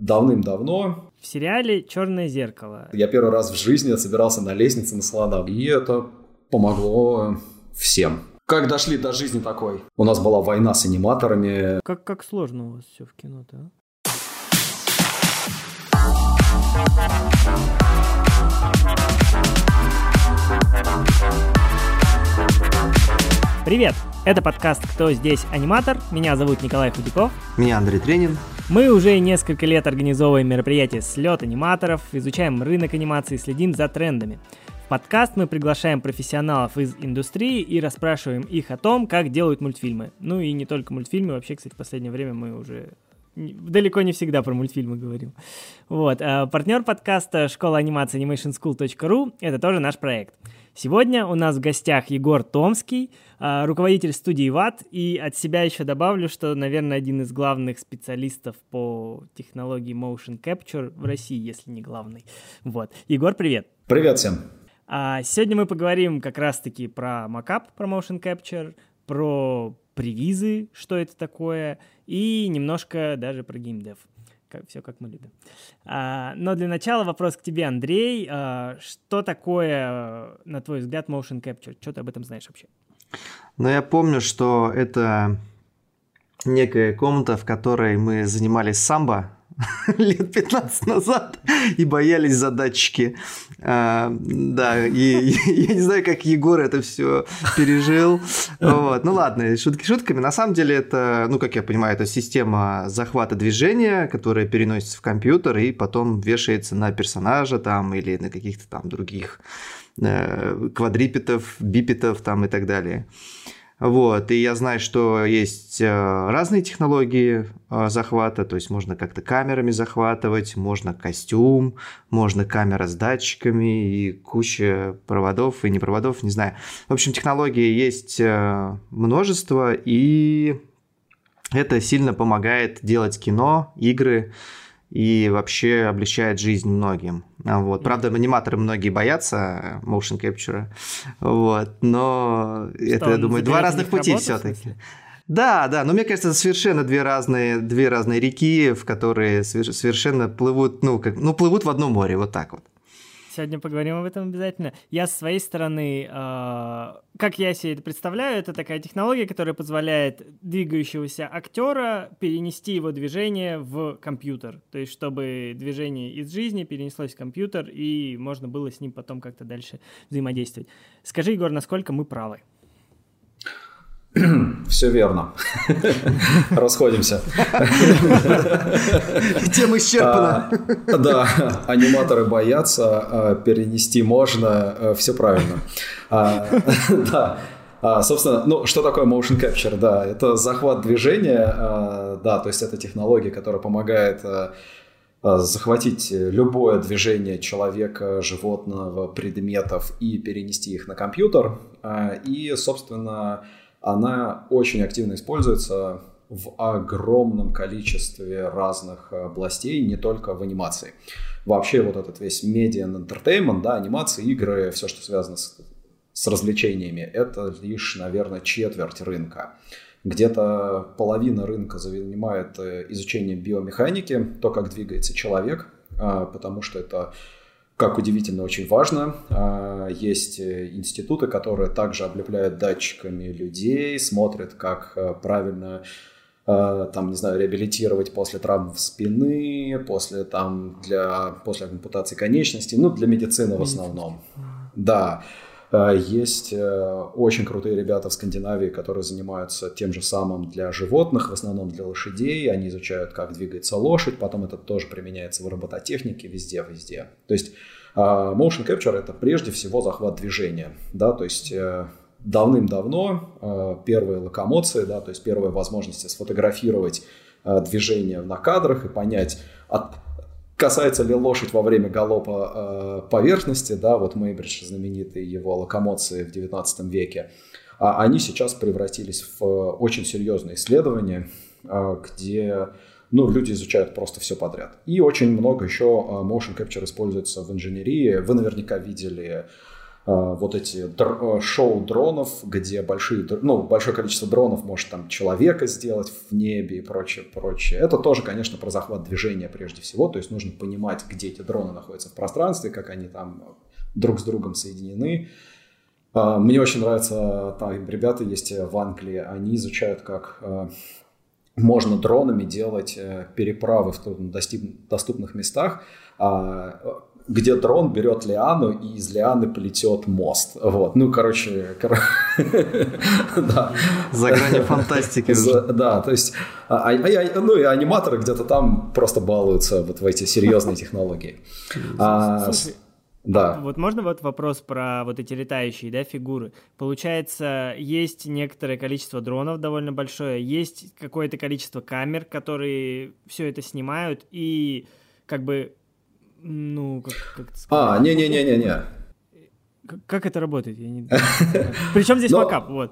давным-давно. В сериале «Черное зеркало». Я первый раз в жизни собирался на лестнице на слона, и это помогло всем. Как дошли до жизни такой? У нас была война с аниматорами. Как сложно у вас все в кино-то, а? Привет! Это подкаст «Кто здесь аниматор?». Меня зовут Николай Худяков. Меня Андрей Тренин. Мы уже несколько лет организовываем мероприятия «Слет аниматоров», изучаем рынок анимации, следим за трендами. В подкаст мы приглашаем профессионалов из индустрии и расспрашиваем их о том, как делают мультфильмы. Ну и не только мультфильмы, вообще, кстати, в последнее время мы уже далеко не всегда про мультфильмы говорим. Вот. Партнер подкаста «Школа анимации animationschool.ru» — это тоже наш проект. Сегодня у нас в гостях Егор Томский, руководитель студии ВАТ, и от себя еще добавлю, что, наверное, один из главных специалистов по технологии Motion Capture в России, если не главный. Вот. Егор, привет! Привет всем! Сегодня мы поговорим как раз-таки про макап, про Motion Capture, про превизы, что это такое, и немножко даже про геймдев. Все как мы любим. Но для начала вопрос к тебе, Андрей. Что такое, на твой взгляд, motion capture? Что ты об этом знаешь вообще? Ну, я помню, что это некая комната, в которой мы занимались самбо лет 15 назад и боялись за датчики. Да, и я не знаю, как Егор это все пережил. Вот. Ну ладно, шутки шутками. На самом деле это, ну, как я понимаю, это система захвата движения, которая переносится в компьютер и потом вешается на персонажа там или на каких-то там других квадрипедов, бипедов там и так далее. Вот, и я знаю, что есть разные технологии захвата, то есть можно как-то камерами захватывать, можно костюм, можно камера с датчиками и куча проводов и не проводов, не знаю. В общем, технологий есть множество, и это сильно помогает делать кино, игры, и вообще облегчает жизнь многим. Вот. Правда, аниматоры многие боятся motion capture, вот. Но что, это, я думаю, два разных пути все-таки. Да, но мне кажется, это совершенно две разные реки, в которые совершенно плывут, плывут в одном море, вот так вот. Сегодня поговорим об этом обязательно. Я с своей стороны, как я себе это представляю, это такая технология, которая позволяет двигающегося актера перенести его движение в компьютер. То есть, чтобы движение из жизни перенеслось в компьютер, и можно было с ним потом как-то дальше взаимодействовать. Скажи, Егор, насколько мы правы? Все верно. Расходимся. Тема исчерпана. Да, аниматоры боятся, перенести можно, все правильно. Да. Собственно, что такое motion capture? Да, это захват движения, да, то есть это технология, которая помогает захватить любое движение человека, животного, предметов и перенести их на компьютер. И, собственно, она очень активно используется в огромном количестве разных областей, не только в анимации. Вообще вот этот весь media and entertainment, да, анимации, игры, все, что связано с развлечениями, это лишь, наверное, четверть рынка. Где-то половина рынка занимает изучение биомеханики, то, как двигается человек, потому что это, как удивительно, очень важно. Есть институты, которые также облепляют датчиками людей, смотрят, как правильно, там, не знаю, реабилитировать после травм спины, после ампутации конечностей, для медицины в основном. Да, есть очень крутые ребята в Скандинавии, которые занимаются тем же самым для животных, в основном для лошадей. Они изучают, как двигается лошадь, потом это тоже применяется в робототехнике везде. То есть motion capture — это прежде всего захват движения, да, то есть давным-давно первые локомоции, да, то есть первые возможности сфотографировать движение на кадрах и понять, касается ли лошадь во время галопа поверхности, да, вот Мейбридж, знаменитые его локомоции в 19 веке, они сейчас превратились в очень серьезные исследования, где люди изучают просто все подряд. И очень много еще motion capture используется в инженерии. Вы наверняка видели вот эти шоу дронов, где большое количество дронов может там человека сделать в небе и прочее, прочее. Это тоже, конечно, про захват движения прежде всего, то есть нужно понимать, где эти дроны находятся в пространстве, как они там друг с другом соединены. Мне очень нравится, там ребята есть в Англии, они изучают, как можно дронами делать переправы в доступных местах, где дрон берет лиану, и из лианы плетет мост. Вот. Ну, короче... да. За гранью фантастики. Да, то есть... Ну, и аниматоры где-то там просто балуются вот в эти серьезные технологии. Слушай, да. Вот можно вот вопрос про вот эти летающие, да, фигуры? Получается, есть некоторое количество дронов довольно большое, есть какое-то количество камер, которые все это снимают, и как бы... Ну, как это сказать? Не-не-не-не-не. Как это работает? Я не... Причем здесь макап, вот.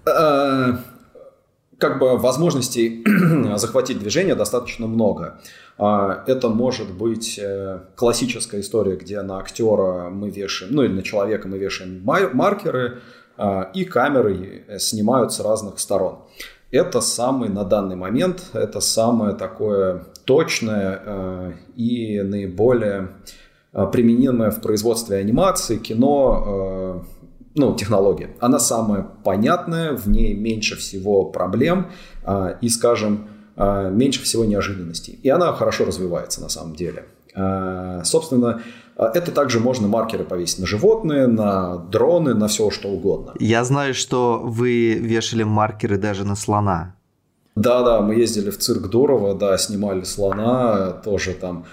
Как бы возможностей захватить движение достаточно много. Это может быть классическая история, где на актера мы вешаем, ну или на человека мы вешаем маркеры, и камеры снимают с разных сторон. Это на данный момент, это самое такое точное и наиболее применимое в производстве анимации, кино, технология. Она самая понятная, в ней меньше всего проблем и, скажем, меньше всего неожиданностей. И она хорошо развивается на самом деле. Собственно, это также можно маркеры повесить на животные, на дроны, на все что угодно. Я знаю, что вы вешали маркеры даже на слона. Да, мы ездили в цирк Дурова, да, снимали слона, тоже там.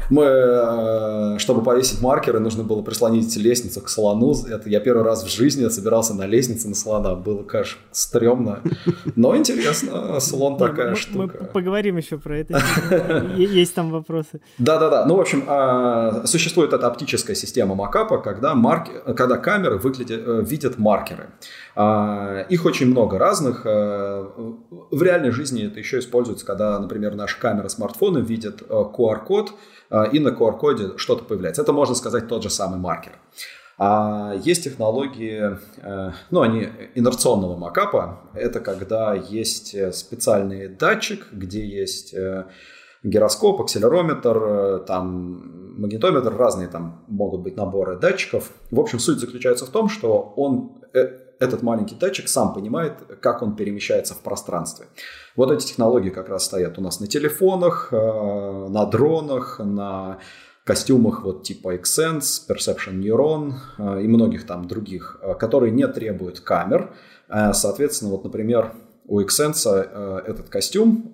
Мы, чтобы повесить маркеры, нужно было прислонить лестницу к слону. Это я первый раз в жизни собирался на лестнице на слона. Было, конечно, стрёмно, но интересно. Слон такая штука. Мы поговорим еще про это. Есть там вопросы. Да. Ну, в общем, существует эта оптическая система макапа, когда камеры видят маркеры. Их очень много разных. В реальной жизни это еще используется, когда, например, наши камеры смартфона видят QR-код, и на QR-коде что-то появляется. Это, можно сказать, тот же самый маркер. Есть технологии, они инерционного макапа. Это когда есть специальный датчик, где есть гироскоп, акселерометр, там, магнитометр, разные там могут быть наборы датчиков. В общем, суть заключается в том, что этот маленький датчик сам понимает, как он перемещается в пространстве. Вот эти технологии как раз стоят у нас на телефонах, на дронах, на костюмах вот типа Xsense, Perception Neuron и многих там других, которые не требуют камер. Соответственно, вот, например, у Xsense этот костюм,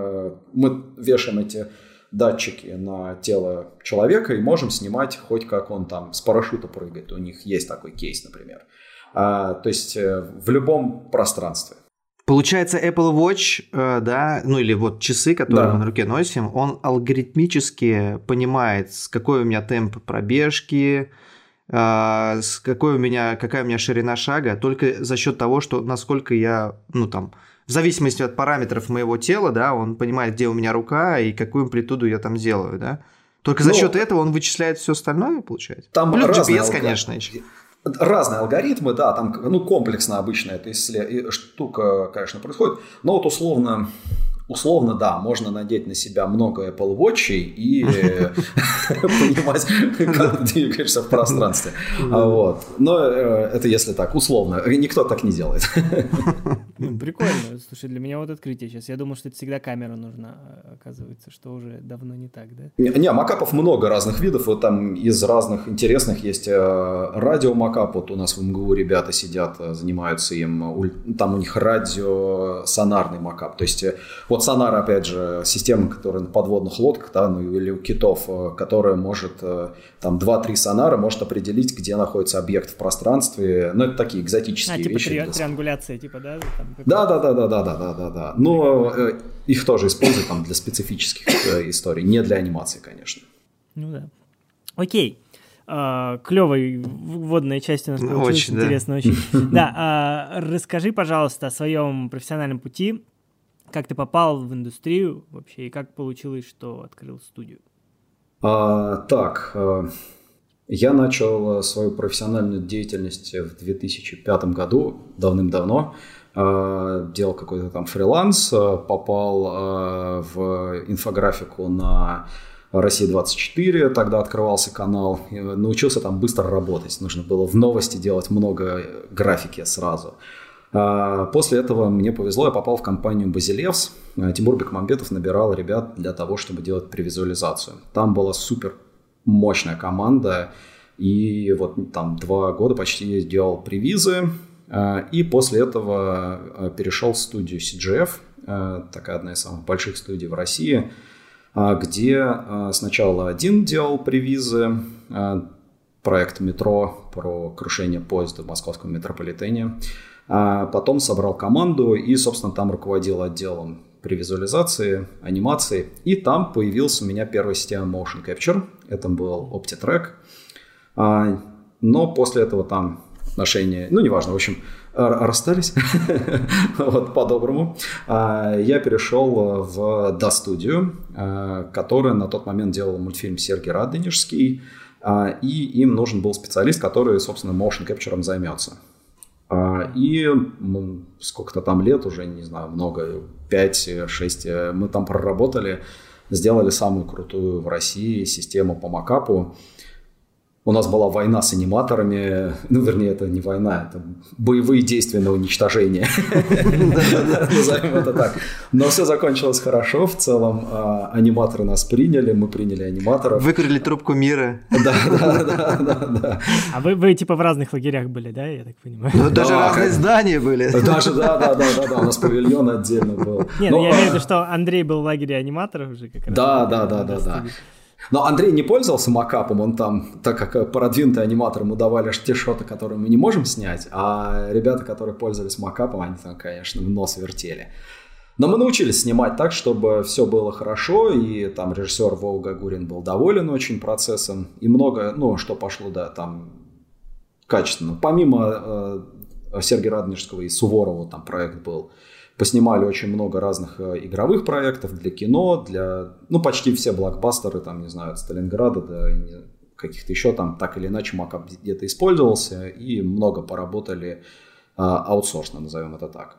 мы вешаем эти датчики на тело человека и можем снимать хоть как он там с парашюта прыгает. У них есть такой кейс, например. То есть в любом пространстве. Получается, Apple Watch, да, или вот часы, которые мы на руке носим, он алгоритмически понимает, какой у меня темп пробежки, какая у меня ширина шага, только за счет того, что насколько я, в зависимости от параметров моего тела, да, он понимает, где у меня рука и какую амплитуду я там делаю, да. Только за счет этого он вычисляет все остальное, получается. Там плюс GPS, конечно. Разные алгоритмы, да, там комплексно обычно эта штука, конечно, происходит, но вот условно, да, можно надеть на себя много Apple Watch и понимать, как ты двигаешься в пространстве. Вот. Но это если так, условно. Никто так не делает. Прикольно. Слушай, для меня вот открытие сейчас. Я думал, что это всегда камера нужна, оказывается, что уже давно не так, да? Не, макапов много разных видов. Вот там из разных интересных есть радиомакап. Вот у нас в МГУ ребята сидят, занимаются им. Там у них радиосонарный макап. То есть вот сонар, опять же, система, которая на подводных лодках, да, или у китов, которая может, там, 2-3 сонара может определить, где находится объект в пространстве. Ну, это такие экзотические вещи. Типа триангуляция, типа, да? Да. Но их тоже используют там для специфических историй, не для анимации, конечно. Ну да. Окей. Клевая вводная часть у нас получилась. Очень, интересно, очень. Да, расскажи, пожалуйста, о своем профессиональном пути. Как ты попал в индустрию вообще, и как получилось, что открыл студию? Я начал свою профессиональную деятельность в 2005 году, давным-давно. Делал какой-то там фриланс, попал в инфографику на Россия-24, тогда открывался канал, научился там быстро работать, нужно было в новости делать много графики сразу. После этого мне повезло, я попал в компанию Базилевс, Тимур Бекмамбетов набирал ребят для того, чтобы делать превизуализацию. Там была супер мощная команда, и вот там 2 года почти делал превизы, и после этого перешел в студию CGF, такая одна из самых больших студий в России, где сначала один делал превизы, проект «Метро» про крушение поезда в московском метрополитене, потом собрал команду и, собственно, там руководил отделом превизуализации, анимации, и там появилась у меня первая система Motion Capture, это был OptiTrack, но после этого там отношения, неважно, в общем, расстались, вот, по-доброму. Я перешел в DA-студию, которая на тот момент делала мультфильм Сергей Радонежский, и им нужен был специалист, который, собственно, motion capture займется. И сколько-то там лет, уже не знаю, много, 5-6, мы там проработали, сделали самую крутую в России систему по макапу. У нас была война с аниматорами, вернее, это не война, это боевые действия на уничтожение, назовем это так. Но все закончилось хорошо, в целом аниматоры нас приняли, мы приняли аниматоров. Выкурили трубку мира. Да. А вы типа в разных лагерях были, да, я так понимаю? Ну, даже разные здания были. Даже, да, у нас павильон отдельно был. Не, я имею в виду, что Андрей был в лагере аниматоров уже как раз. Да. Но Андрей не пользовался макапом, он там, так как продвинутые аниматоры, ему давали те шоты, которые мы не можем снять, а ребята, которые пользовались макапом, они там, конечно, в нос вертели. Но мы научились снимать так, чтобы все было хорошо, и там режиссер Вова Гагурин был доволен очень процессом, и много, что пошло, да, там качественно. Помимо Сергея Радонежского и Суворова там проект был. Поснимали очень много разных игровых проектов для кино, для, почти все блокбастеры, там, не знаю, от Сталинграда до каких-то еще там, так или иначе, макап где-то использовался, и много поработали аутсорсно, назовем это так.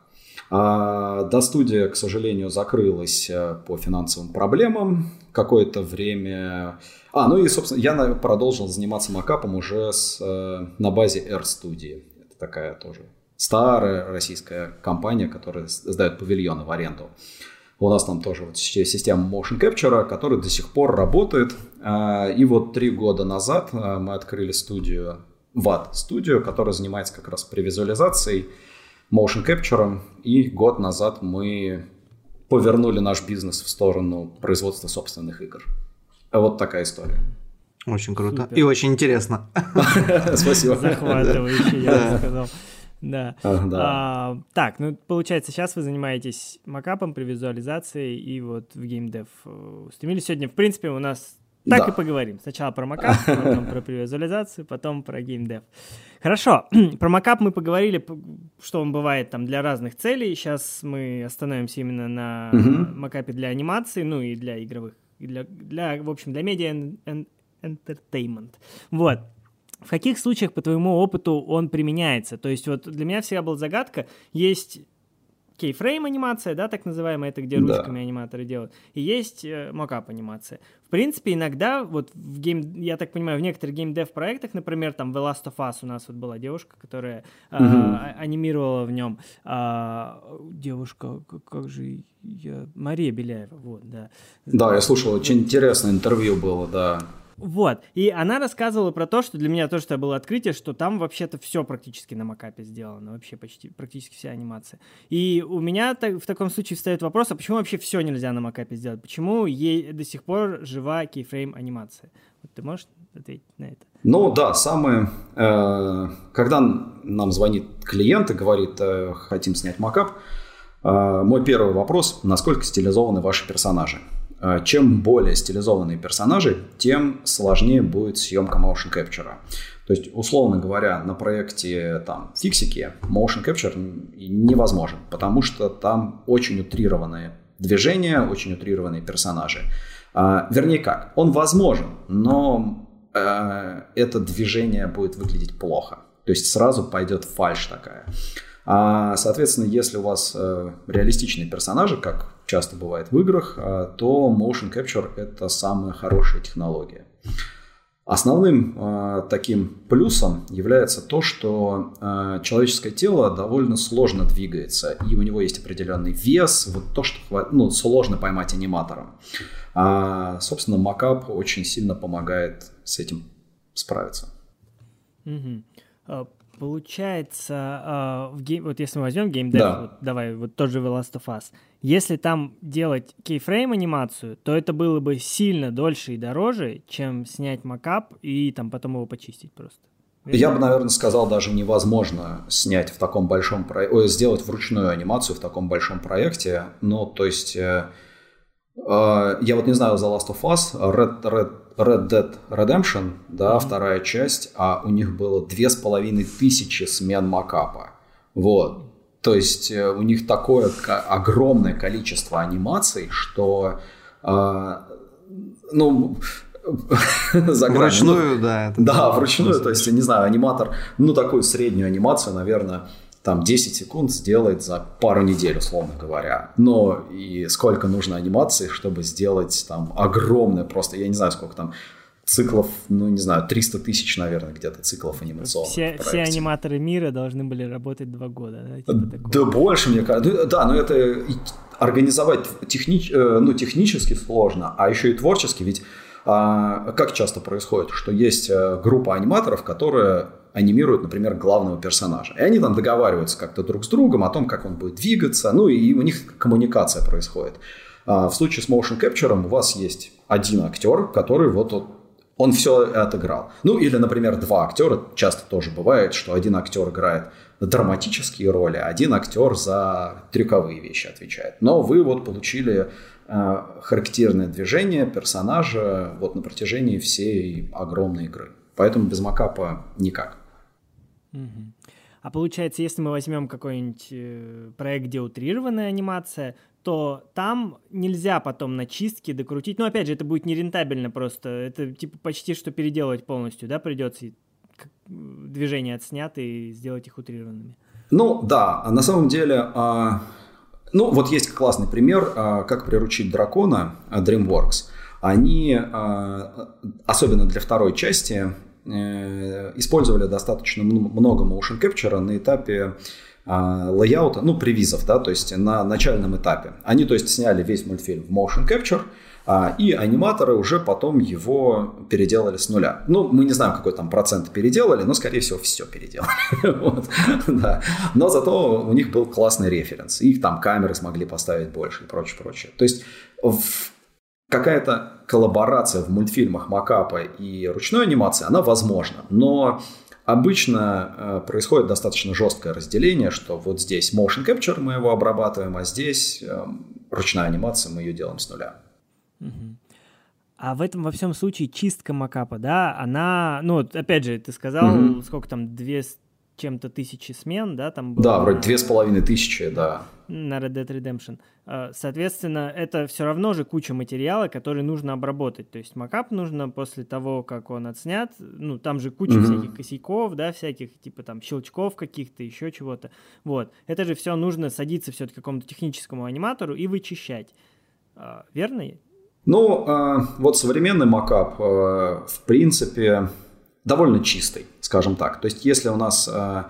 DA-студия, к сожалению, закрылась по финансовым проблемам какое-то время. И, собственно, я продолжил заниматься макапом уже на базе R-студии. Это такая тоже старая российская компания, которая сдает павильоны в аренду. У нас там тоже система motion capture, которая до сих пор работает. И вот 3 года назад мы открыли студию, VAT-студию, которая занимается как раз превизуализацией, motion capture. И год назад мы повернули наш бизнес в сторону производства собственных игр. Вот такая история. Очень круто. Супер. И очень интересно. Спасибо. Захватывающе, я бы сказал. Да. Так, получается, сейчас вы занимаетесь макапом, превизуализацией и вот в геймдев устремились. Сегодня, в принципе, у нас так и поговорим. Сначала про макап, потом про превизуализацию, потом про геймдев. Хорошо, про макап мы поговорили, что он бывает там для разных целей. Сейчас мы остановимся именно на макапе для анимации, и для игровых, в общем, для медиа entertainment. Вот. В каких случаях, по твоему опыту, он применяется? То есть вот для меня всегда была загадка, есть кейфрейм анимация, да, так называемая, это где ручками аниматоры делают, и есть мокап анимация. В принципе, иногда, вот я так понимаю, в некоторых геймдев проектах, например, там в The Last of Us у нас вот была девушка, которая анимировала в нем. Девушка, как же Мария Беляева, вот, да. Да, я слушал, очень интересное интервью было, да. Вот, и она рассказывала про то, что для меня тоже это было открытие, что там вообще-то все практически на макапе сделано, вообще практически вся анимация. И у меня в таком случае встает вопрос, а почему вообще все нельзя на макапе сделать? Почему ей до сих пор жива кейфрейм анимация? Вот ты можешь ответить на это? Когда нам звонит клиент и говорит, хотим снять макап, мой первый вопрос, насколько стилизованы ваши персонажи? Чем более стилизованные персонажи, тем сложнее будет съемка motion capture. То есть, условно говоря, на проекте там, фиксики motion capture невозможен, потому что там очень утрированные движения, очень утрированные персонажи. Вернее как, он возможен, но это движение будет выглядеть плохо. То есть сразу пойдет фальшь такая. Соответственно, если у вас реалистичные персонажи, как часто бывает в играх, то motion capture – это самая хорошая технология. Основным таким плюсом является то, что человеческое тело довольно сложно двигается, и у него есть определенный вес, вот то, что сложно поймать аниматором. Собственно, мокап очень сильно помогает с этим справиться. Получается, вот если мы возьмем геймдев, вот, давай, вот тот же The Last of Us, если там делать кейфрейм анимацию, то это было бы сильно дольше и дороже, чем снять мокап и там потом его почистить просто. Верно? Я бы, наверное, сказал, даже невозможно снять в таком большом сделать вручную анимацию в таком большом проекте. Ну, то есть, я вот не знаю, The Last of Us, Red Dead Redemption, да, вторая часть, а у них было 2500 смен мокапа. Вот. То есть у них такое огромное количество анимаций, что вручную, да. Да, вручную, то есть, я не знаю, аниматор, такую среднюю анимацию, наверное, там 10 секунд сделает за пару недель, условно говоря. Но и сколько нужно анимации, чтобы сделать там огромное, просто, я не знаю, сколько там циклов, 300 тысяч, наверное, где-то циклов анимационных. Все аниматоры мира должны были работать 2 года, да? Да больше, мне кажется. Да, но это организовать технически сложно, а еще и творчески, ведь как часто происходит, что есть группа аниматоров, которые анимируют, например, главного персонажа. И они там договариваются как-то друг с другом о том, как он будет двигаться, и у них коммуникация происходит. В случае с motion capture у вас есть один актер, который он все отыграл. Или, например, 2 актера. Часто тоже бывает, что один актер играет драматические роли, а один актер за трюковые вещи отвечает. Но вы получили характерное движение персонажа на протяжении всей огромной игры. Поэтому без мокапа никак. А получается, если мы возьмем какой-нибудь проект, где утрированная анимация, то там нельзя потом на чистке докрутить. Опять же, это будет нерентабельно просто. Это типа почти что переделывать полностью, да, придется движения отсняты и сделать их утрированными. Да, на самом деле, вот есть классный пример, как приручить дракона DreamWorks. Они, особенно для второй части, использовали достаточно много motion capture на этапе лейаута, превизов, да, то есть на начальном этапе. Они, то есть, сняли весь мультфильм в motion capture, и аниматоры уже потом его переделали с нуля. Мы не знаем, какой там процент переделали, но, скорее всего, все переделали. Да. Но зато у них был классный референс. Их там камеры смогли поставить больше и прочее. То есть какая-то коллаборация в мультфильмах мокапа и ручной анимации, она возможна. Но обычно происходит достаточно жесткое разделение, что вот здесь motion capture мы его обрабатываем, а здесь ручная анимация, мы ее делаем с нуля. А в этом во всем случае чистка мокапа, да, она, опять же, ты сказал, сколько там, 2 с чем-то тысячи смен, да, там было? Да, вроде 2500, да. На Red Dead Redemption. Соответственно, это все равно же куча материала, который нужно обработать. То есть мокап нужно после того, как он отснят, там же куча всяких косяков, да, всяких типа там щелчков каких-то, еще чего-то. Вот. Это же все нужно садиться все-таки к какому-то техническому аниматору и вычищать. Верно? Вот современный мокап, в принципе, довольно чистый, скажем так. То есть, если у нас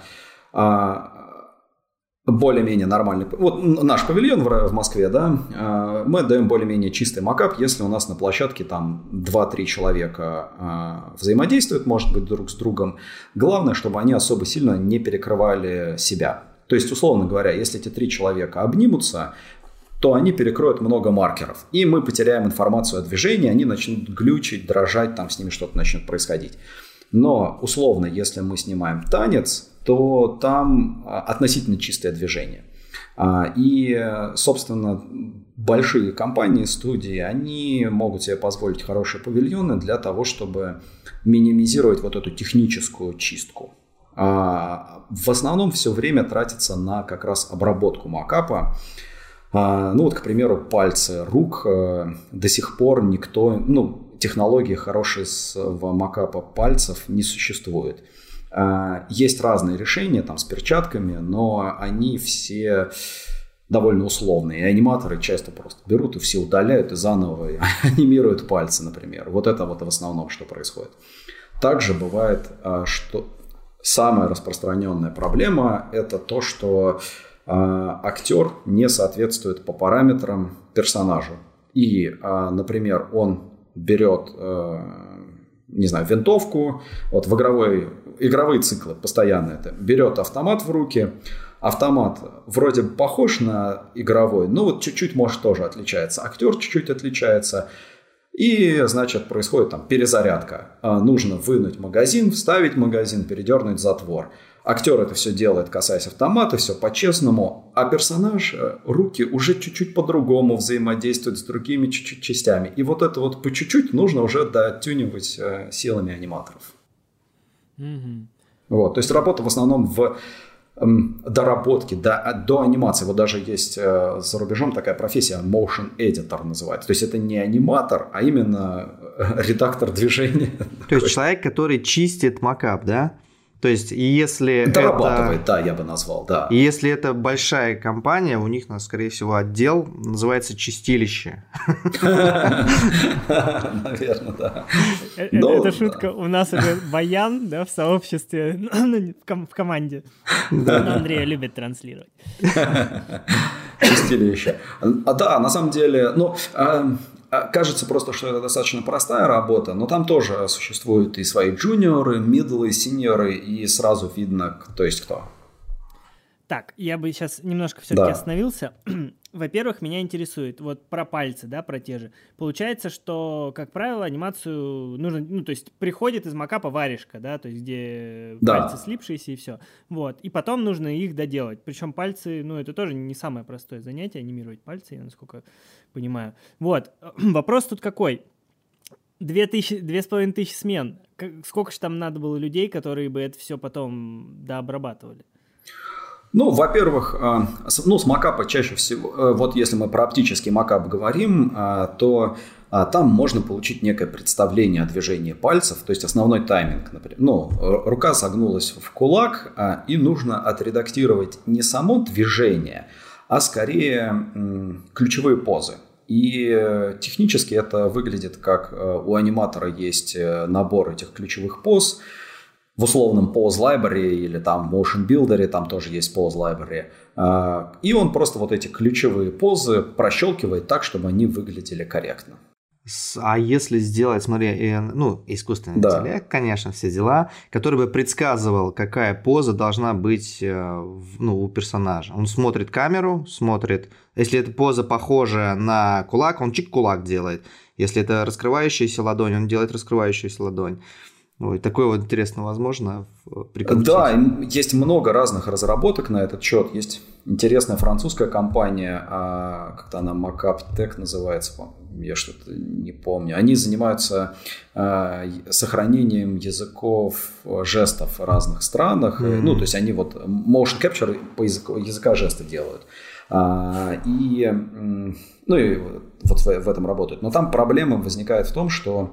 более-менее нормальный... Вот наш павильон в Москве, да, мы даем более-менее чистый мокап, если у нас на площадке там 2-3 человека взаимодействуют, может быть, друг с другом. Главное, чтобы они особо сильно не перекрывали себя. То есть, условно говоря, если эти 3 человека обнимутся, то они перекроют много маркеров. И мы потеряем информацию о движении, они начнут глючить, дрожать, там с ними что-то начнет происходить. Но, условно, если мы снимаем танец, то там относительно чистое движение. И, собственно, большие компании, студии, они могут себе позволить хорошие павильоны для того, чтобы минимизировать вот эту техническую чистку. В основном все время тратится на как раз обработку мокапа. К примеру, пальцы рук до сих пор никто... технологии хорошего макапа пальцев не существует. Есть разные решения там, с перчатками, но они все довольно условные. И аниматоры часто просто берут и все удаляют и заново анимируют пальцы, например. Вот это вот в основном, что происходит. Также бывает, что самая распространенная проблема – это то, что актер не соответствует по параметрам персонажу. И, например, он берет, не знаю, винтовку, вот в игровые циклы постоянно это, берет автомат в руки, автомат вроде бы похож на игровой, но вот чуть-чуть, может, тоже отличается, актер чуть-чуть отличается, и, значит, происходит там перезарядка. Нужно вынуть магазин, вставить магазин, передернуть затвор. Актер это все делает, касаясь автомата, все по-честному, а персонаж, руки уже чуть-чуть по-другому взаимодействуют с другими чуть-чуть частями. И вот это вот по чуть-чуть нужно уже дотюнивать силами аниматоров. Mm-hmm. Вот, то есть работа в основном в доработке, до анимации. Вот даже есть за рубежом такая профессия motion editor называется. То есть это не аниматор, а именно редактор движения. То есть человек, который чистит макап, да? То есть, если дорабатывает, это, да, я бы назвал, да. И если это большая компания, у них, скорее всего, отдел называется чистилище. Наверное, да. Это шутка. У нас уже Баян, да, в сообществе, в команде. Андрей любит транслировать. Чистилище. Да, на самом деле, кажется просто, что это достаточно простая работа, но там тоже существуют и свои джуниоры, мидлы, синьоры, и сразу видно, кто есть кто. Так, я бы сейчас немножко все-таки остановился. Во-первых, меня интересует вот про пальцы, да, про те же. Получается, что, как правило, анимацию нужно, то есть приходит из макапа варежка, да, то есть где пальцы слипшиеся и все. Вот, и потом нужно их доделать. Причем пальцы, это тоже не самое простое занятие, анимировать пальцы, я насколько понимаю. Вот, вопрос тут какой? 2500 смен. Сколько же там надо было людей, которые бы это все потом дообрабатывали? Во-первых, с макапа чаще всего, вот если мы про оптический макап говорим, то там можно получить некое представление о движении пальцев, то есть основной тайминг, например. Рука согнулась в кулак, и нужно отредактировать не само движение, а скорее ключевые позы. И технически это выглядит как у аниматора есть набор этих ключевых поз, в условном Pose Library или там Motion Builder, там тоже есть Pose Library. И он просто вот эти ключевые позы прощелкивает так, чтобы они выглядели корректно. А если сделать, смотри, искусственный интеллект, конечно, все дела, который бы предсказывал, какая поза должна быть у персонажа. Он смотрит камеру, если эта поза похожа на кулак, он кулак делает. Если это раскрывающаяся ладонь, он делает раскрывающуюся ладонь. Такое вот интересно, возможно, прикрутить. Да, есть много разных разработок на этот счет. Есть интересная французская компания, как-то она Macap Tech называется, я что-то не помню. Они занимаются сохранением языков жестов в разных странах. То есть они вот motion capture по языка жеста делают. И вот в этом работают. Но там проблема возникает в том, что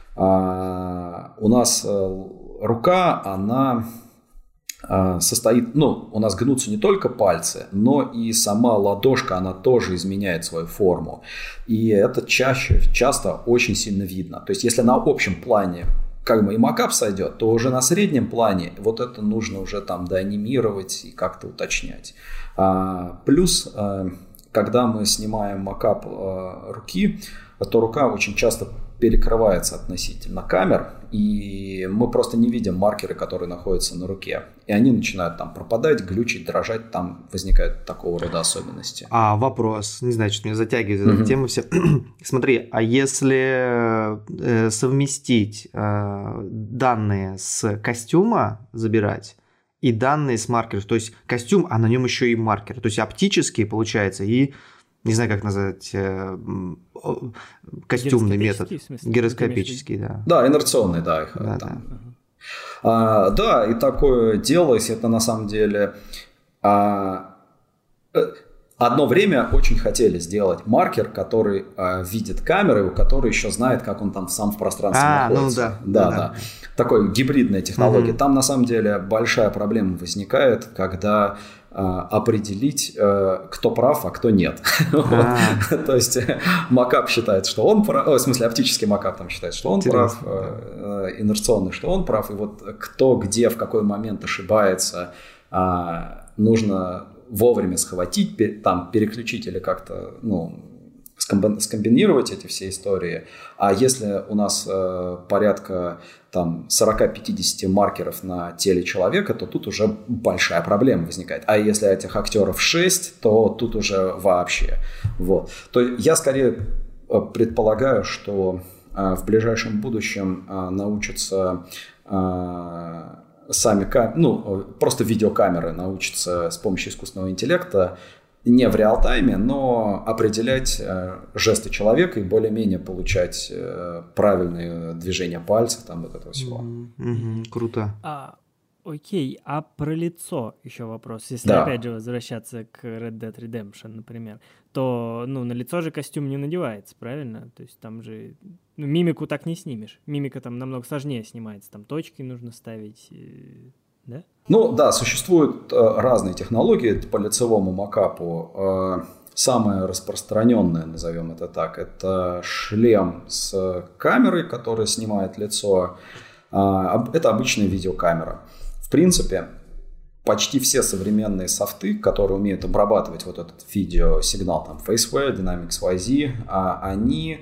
у нас рука, она состоит, у нас гнутся не только пальцы, но и сама ладошка, она тоже изменяет свою форму. И это часто очень сильно видно. То есть, если на общем плане и макап сойдет, то уже на среднем плане вот это нужно уже там доанимировать и как-то уточнять. Плюс, когда мы снимаем макап руки, то рука очень часто перекрывается относительно камер, и мы просто не видим маркеры, которые находятся на руке. И они начинают там пропадать, глючить, дрожать, там возникают такого рода особенности. Вопрос, не знаю, что меня затягивает эта тема все. Смотри, а если совместить данные с костюма забирать и данные с маркеров, то есть костюм, а на нем еще и маркеры, то есть оптические, получается, и не знаю, как назвать, костюмный метод. Гироскопический, да. Да, инерционный, да. Да, и такое делалось, это на самом деле... одно время очень хотели сделать маркер, который видит камеры, у которой еще знает, как он там сам в пространстве находится. Да. Такой гибридная технология. Там на самом деле большая проблема возникает, когда определить, кто прав, а кто нет. То есть макап считает, что он прав, в смысле оптический макап там считает, что он прав, инерционный, что он прав, и вот кто где в какой момент ошибается, нужно вовремя схватить, там переключить или как-то, скомбинировать эти все истории. А если у нас порядка там 40-50 маркеров на теле человека, то тут уже большая проблема возникает. А если этих актеров 6, то тут уже вообще. Вот. То я скорее предполагаю, что в ближайшем будущем научатся просто видеокамеры научатся с помощью искусственного интеллекта не в реал-тайме, но определять жесты человека и более-менее получать правильные движения пальцев, там вот этого всего. Круто. Окей, а про лицо еще вопрос. Если опять же возвращаться к Red Dead Redemption, например, то на лицо же костюм не надевается, правильно? То есть там же мимику так не снимешь. Мимика там намного сложнее снимается, там точки нужно ставить, да? Существуют разные технологии по лицевому макапу. Самая распространенная, назовем это так, это шлем с камерой, которая снимает лицо. Это обычная видеокамера. В принципе, почти все современные софты, которые умеют обрабатывать вот этот видеосигнал, там FaceWare, Dynamics YZ, они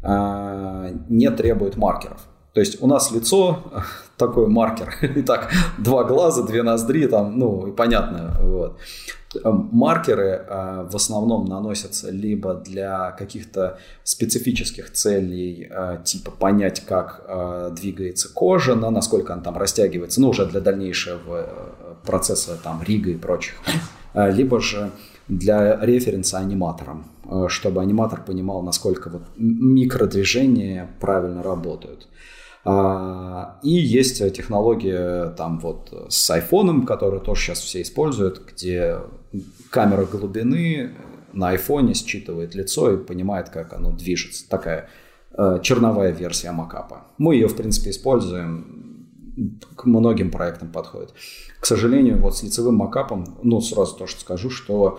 не требуют маркеров. То есть у нас лицо такой маркер. Итак, 2 глаза, 2 ноздри, и понятно. Вот. Маркеры в основном наносятся либо для каких-то специфических целей, типа понять, как двигается кожа, насколько она там растягивается, уже для дальнейшего процесса там рига и прочих. Либо же для референса аниматорам, чтобы аниматор понимал, насколько вот микродвижения правильно работают. И есть технология там вот с айфоном, которую тоже сейчас все используют, где камера глубины на айфоне считывает лицо и понимает, как оно движется. Такая черновая версия макапа. Мы ее, в принципе, используем, к многим проектам подходит. К сожалению, вот с лицевым макапом, сразу тоже скажу, что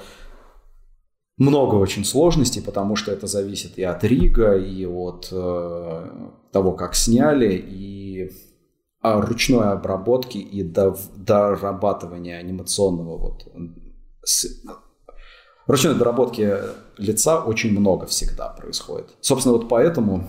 много очень сложностей, потому что это зависит и от рига, и от того, как сняли, и ручной обработки, и дорабатывания анимационного ручной доработки лица очень много всегда происходит. Собственно, вот поэтому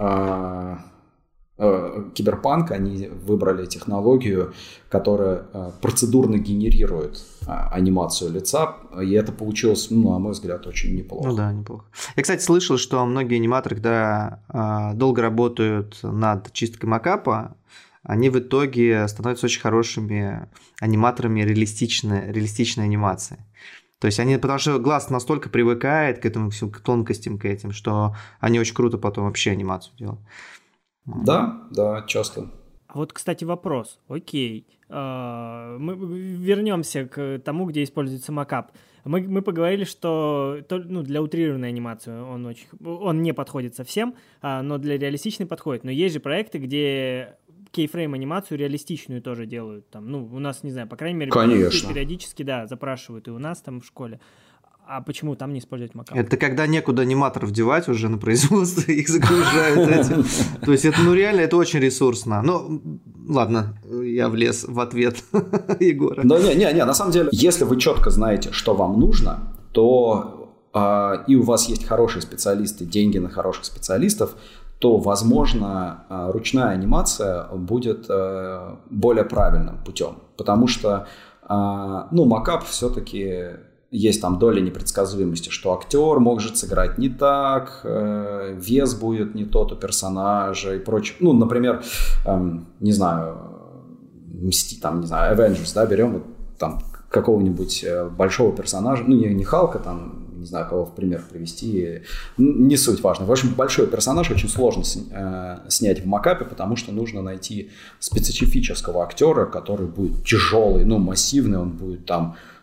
Киберпанк, они выбрали технологию, которая процедурно генерирует анимацию лица, и это получилось, на мой взгляд, очень неплохо. Неплохо. Я, кстати, слышал, что многие аниматоры, когда долго работают над чисткой макапа, они в итоге становятся очень хорошими аниматорами реалистичной анимации. То есть потому что глаз настолько привыкает к этому всему, к тонкостям, к этим, что они очень круто потом вообще анимацию делают. Да, часто. А вот, кстати, вопрос. Окей. Мы вернемся к тому, где используется макап. Мы поговорили, что для утрированной анимации он не подходит совсем, но для реалистичной подходит. Но есть же проекты, где кейфрейм анимацию реалистичную тоже делают. Там, у нас, не знаю, по крайней мере, конечно, периодически, запрашивают и у нас там в школе. А почему там не использовать макап? Это когда некуда аниматоров девать уже на производство, их загружают этим. То есть это реально, это очень ресурсно. Ладно, я влез в ответ Егора. Да не, на самом деле, если вы четко знаете, что вам нужно, то и у вас есть хорошие специалисты, деньги на хороших специалистов, то, возможно, ручная анимация будет более правильным путем. Потому что, макап все-таки... Есть там доля непредсказуемости, что актер может сыграть не так, вес будет не тот у персонажа и прочее. Например, не знаю, Avengers, берем там какого-нибудь большого персонажа, не Халка, там, не знаю, кого в пример привести, не суть важно. В общем, большой персонаж очень сложно снять в макапе, потому что нужно найти специфического актера, который будет тяжелый, массивный, он будет там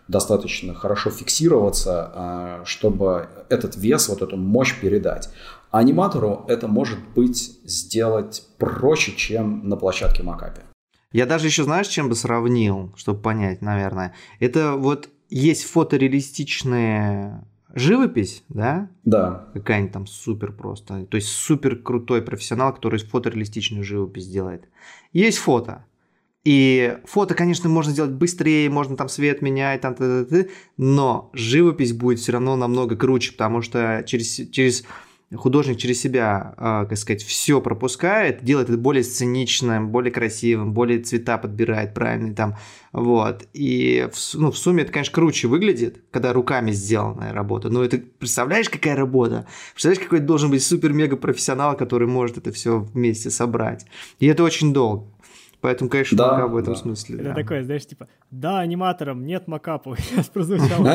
достаточно хорошо фиксироваться, чтобы этот вес, вот эту мощь передать. Аниматору это может быть сделать проще, чем на площадке Макапе. Я даже еще, знаешь, чем бы сравнил, чтобы понять, наверное. Это вот есть фотореалистичная живопись, да? Да. Какая-нибудь там супер просто. То есть супер крутой профессионал, который фотореалистичную живопись делает. Есть фото. И фото, конечно, можно сделать быстрее, можно там свет менять, там, но живопись будет все равно намного круче, потому что через художник через себя, как сказать, все пропускает, делает это более сценичным, более красивым, более цвета подбирает правильные там, вот. И в сумме это, конечно, круче выглядит, когда руками сделанная работа. Но это, представляешь, какая работа? Представляешь, какой должен быть супер-мега-профессионал, который может это все вместе собрать. И это очень долго. Поэтому, конечно, да, макап в этом смысле. Это да. такое, знаешь, типа, да, аниматорам нет макапов. Сейчас прозвучало.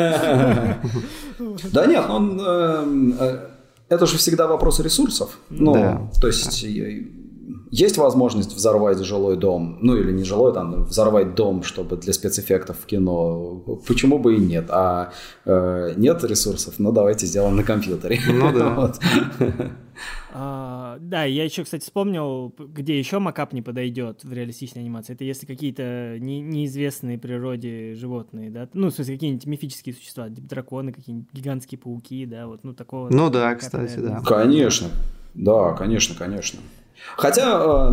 Да нет, это же всегда вопрос ресурсов. То есть есть возможность взорвать жилой дом, или не жилой, там, взорвать дом, чтобы для спецэффектов в кино. Почему бы и нет? А нет ресурсов, давайте сделаем на компьютере. Ну да. Да, я еще, кстати, вспомнил, где еще макап не подойдет в реалистичной анимации. Это если какие-то неизвестные природе животные, да, в смысле, какие-нибудь мифические существа, драконы, какие-нибудь гигантские пауки, да, вот, такого. Ну да, кстати, да. Конечно, да, конечно. Хотя,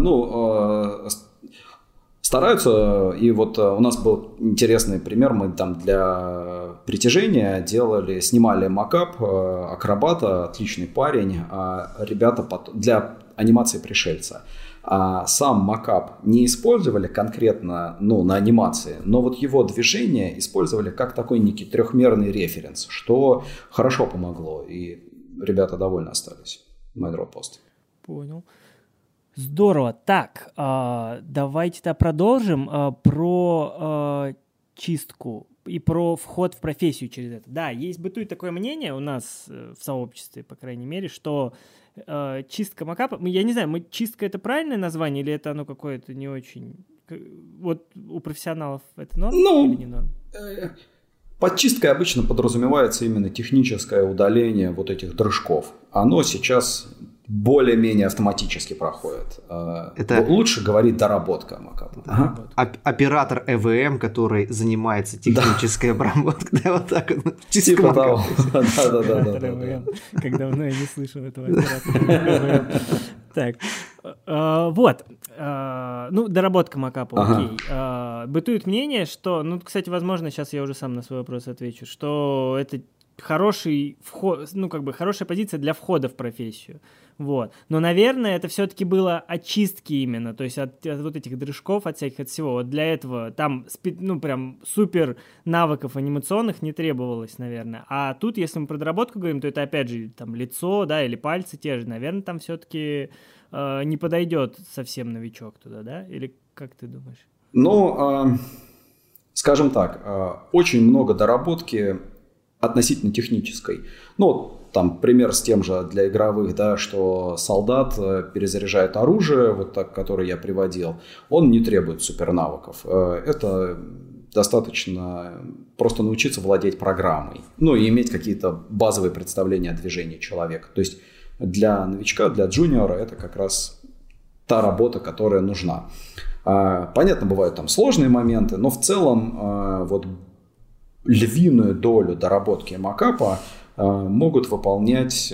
стараются, и вот у нас был интересный пример, мы там для притяжения снимали макап акробата, отличный парень, ребята для анимации пришельца. А сам макап не использовали конкретно на анимации, но вот его движение использовали как такой некий трехмерный референс, что хорошо помогло, и ребята довольны остались. Майдропост. Понял. Здорово. Так, давайте продолжим про чистку и про вход в профессию через это. Да, бытует такое мнение у нас в сообществе, по крайней мере, что чистка макапа... Я не знаю, чистка — это правильное название или это оно какое-то не очень... Вот у профессионалов это норм или не норм? Под чисткой обычно подразумевается именно техническое удаление вот этих дрыжков. Оно сейчас более-менее автоматически проходит. Это... Лучше говорить доработка макапа. Оператор ЭВМ, который занимается технической обработкой. Да, вот так вот. Типа того. Да. Как давно я не слышал этого оператора ЭВМ. Так, вот. Доработка макапа, окей. Бытует мнение, что... кстати, возможно, сейчас я уже сам на свой вопрос отвечу, что это хороший вход, хорошая позиция для входа в профессию. Вот. Но, наверное, это все-таки было от чистки именно, то есть от вот этих дрыжков, от всяких, от всего. Вот для этого там, прям супер навыков анимационных не требовалось, наверное. А тут, если мы про доработку говорим, то это, опять же, там, лицо, да, или пальцы те же. Наверное, там все-таки не подойдет совсем новичок туда, да? Или как ты думаешь? Скажем так, очень много доработки относительно технической. Там пример с тем же для игровых, да, что солдат перезаряжает оружие, вот так, который я приводил, он не требует супернавыков. Это достаточно просто научиться владеть программой, и иметь какие-то базовые представления о движении человека. То есть для новичка, для джуниора это как раз та работа, которая нужна. Понятно, бывают там сложные моменты, но в целом вот львиную долю доработки макапа могут выполнять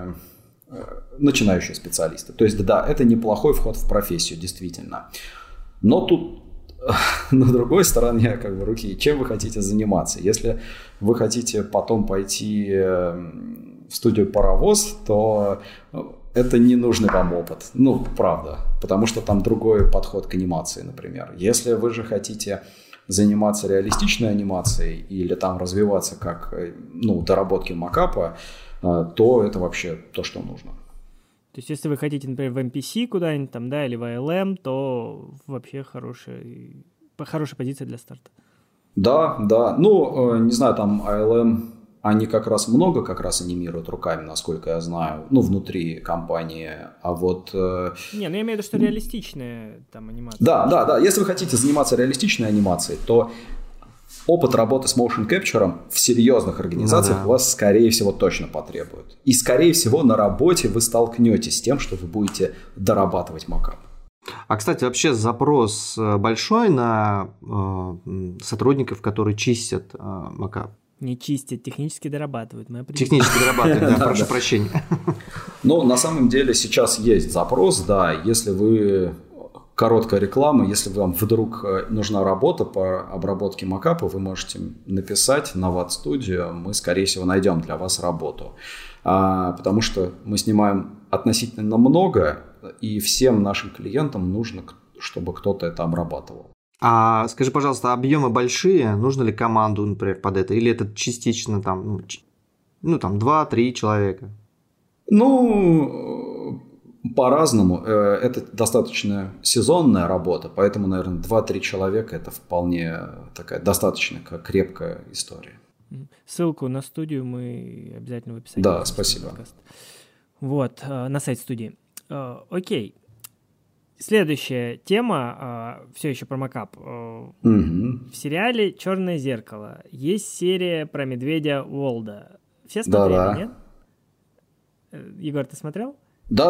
начинающие специалисты. То есть, да, это неплохой вход в профессию, действительно. Но тут, на другой стороне, руки, чем вы хотите заниматься? Если вы хотите потом пойти в студию «Паровоз», то это не нужный вам опыт. Правда. Потому что там другой подход к анимации, например. Если вы же хотите заниматься реалистичной анимацией или там развиваться как доработки макапа, то это вообще то, что нужно. То есть, если вы хотите, например, в MPC куда-нибудь там, да, или в ALM, то вообще хорошая позиция для старта. Да. Не знаю, там ALM, они как раз анимируют руками, насколько я знаю, внутри компании, а вот... я имею в виду, что реалистичная там анимация. Да, если вы хотите заниматься реалистичной анимацией, то опыт работы с motion capture в серьезных организациях у вас, скорее всего, точно потребуют. И, скорее всего, на работе вы столкнетесь с тем, что вы будете дорабатывать макап. А, кстати, вообще запрос большой на сотрудников, которые чистят макап? Не чистят, технически дорабатывают. Технически дорабатывают, да, прошу прощения. Ну, на самом деле сейчас есть запрос, да, если вы... Короткая реклама. Если вам вдруг нужна работа по обработке макапа, вы можете написать на Watt Studio. Мы, скорее всего, найдем для вас работу. Потому что мы снимаем относительно много, и всем нашим клиентам нужно, чтобы кто-то это обрабатывал. А скажи, пожалуйста, объемы большие? Нужно ли команду, например, под это? Или это частично там 2-3 человека? По-разному. Это достаточно сезонная работа, поэтому, наверное, 2-3 человека – это вполне такая достаточно крепкая история. Ссылку на студию мы обязательно в описании. Да, спасибо. Вот, на сайт студии. Окей. Следующая тема, все еще про макап. В сериале «Черное зеркало» есть серия про медведя Уолда. Все смотрели, нет? Егор, ты смотрел? Да.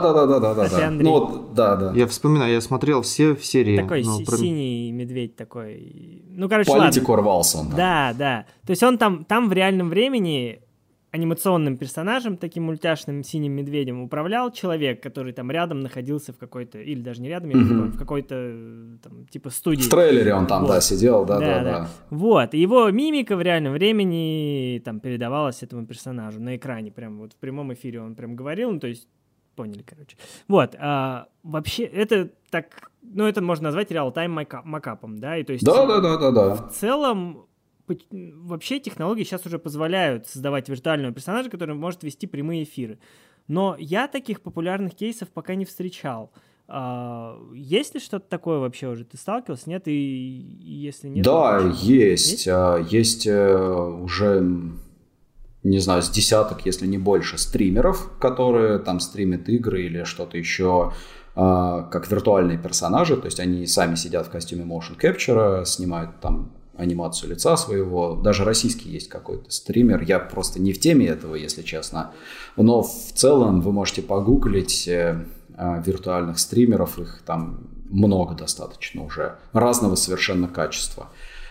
Да. Я вспоминаю, я смотрел все серии. Такой синий медведь такой. Политику рвался он. Да. То есть он там в реальном времени анимационным персонажем, таким мультяшным синим медведем, управлял человек, который там рядом находился в какой-то, или даже не рядом, в какой-то там типа студии. В трейлере он там, сидел, да. Вот, и его мимика в реальном времени там передавалась этому персонажу на экране, прям вот в прямом эфире он прям говорил, то есть поняли, короче. Вот, вообще, это так, это можно назвать реал-тайм макапом, да, и то есть... Да. В целом, вообще технологии сейчас уже позволяют создавать виртуального персонажа, который может вести прямые эфиры. Но я таких популярных кейсов пока не встречал. Есть ли что-то такое вообще уже? Ты сталкивался? Нет? И если нет... Да, есть. Есть уже... не знаю, с десяток, если не больше, стримеров, которые там стримят игры или что-то еще, как виртуальные персонажи, то есть они сами сидят в костюме motion capture, снимают там анимацию лица своего. Даже российский есть какой-то стример, я просто не в теме этого, если честно, но в целом вы можете погуглить виртуальных стримеров, их там много достаточно уже, разного совершенно качества.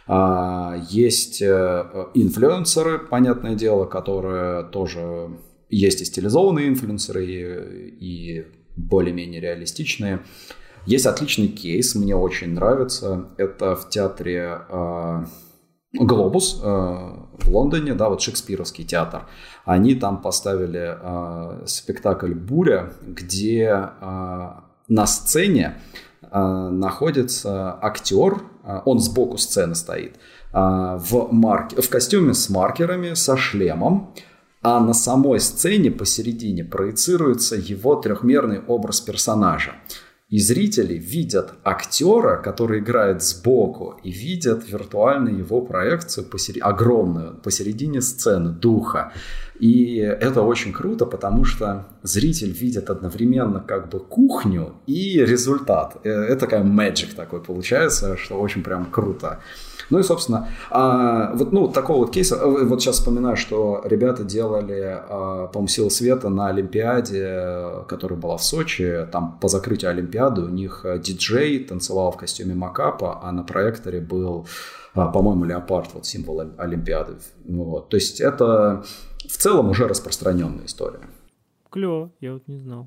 Есть инфлюенсеры, понятное дело, которые тоже есть и стилизованные инфлюенсеры, и более-менее реалистичные. Есть отличный кейс, мне очень нравится. Это в театре «Глобус» в Лондоне, да, вот шекспировский театр. Они там поставили спектакль «Буря», где на сцене находится актер, он сбоку сцены стоит, в костюме с маркерами, со шлемом, а на самой сцене посередине проецируется его трехмерный образ персонажа. И зрители видят актера, который играет сбоку, и видят виртуально его проекцию огромную посередине сцены, духа. И это очень круто, потому что зритель видит одновременно как бы кухню и результат. Это такая magic такой получается, что очень прям круто. Ну и, собственно, такого вот кейса. Вот сейчас вспоминаю, что ребята делали, по-моему, «Силы света» на Олимпиаде, которая была в Сочи. Там по закрытию Олимпиады у них диджей танцевал в костюме макапа, а на проекторе был, по-моему, леопард, вот символ Олимпиады. Вот. То есть это в целом уже распространенная история. Клево, я вот не знал.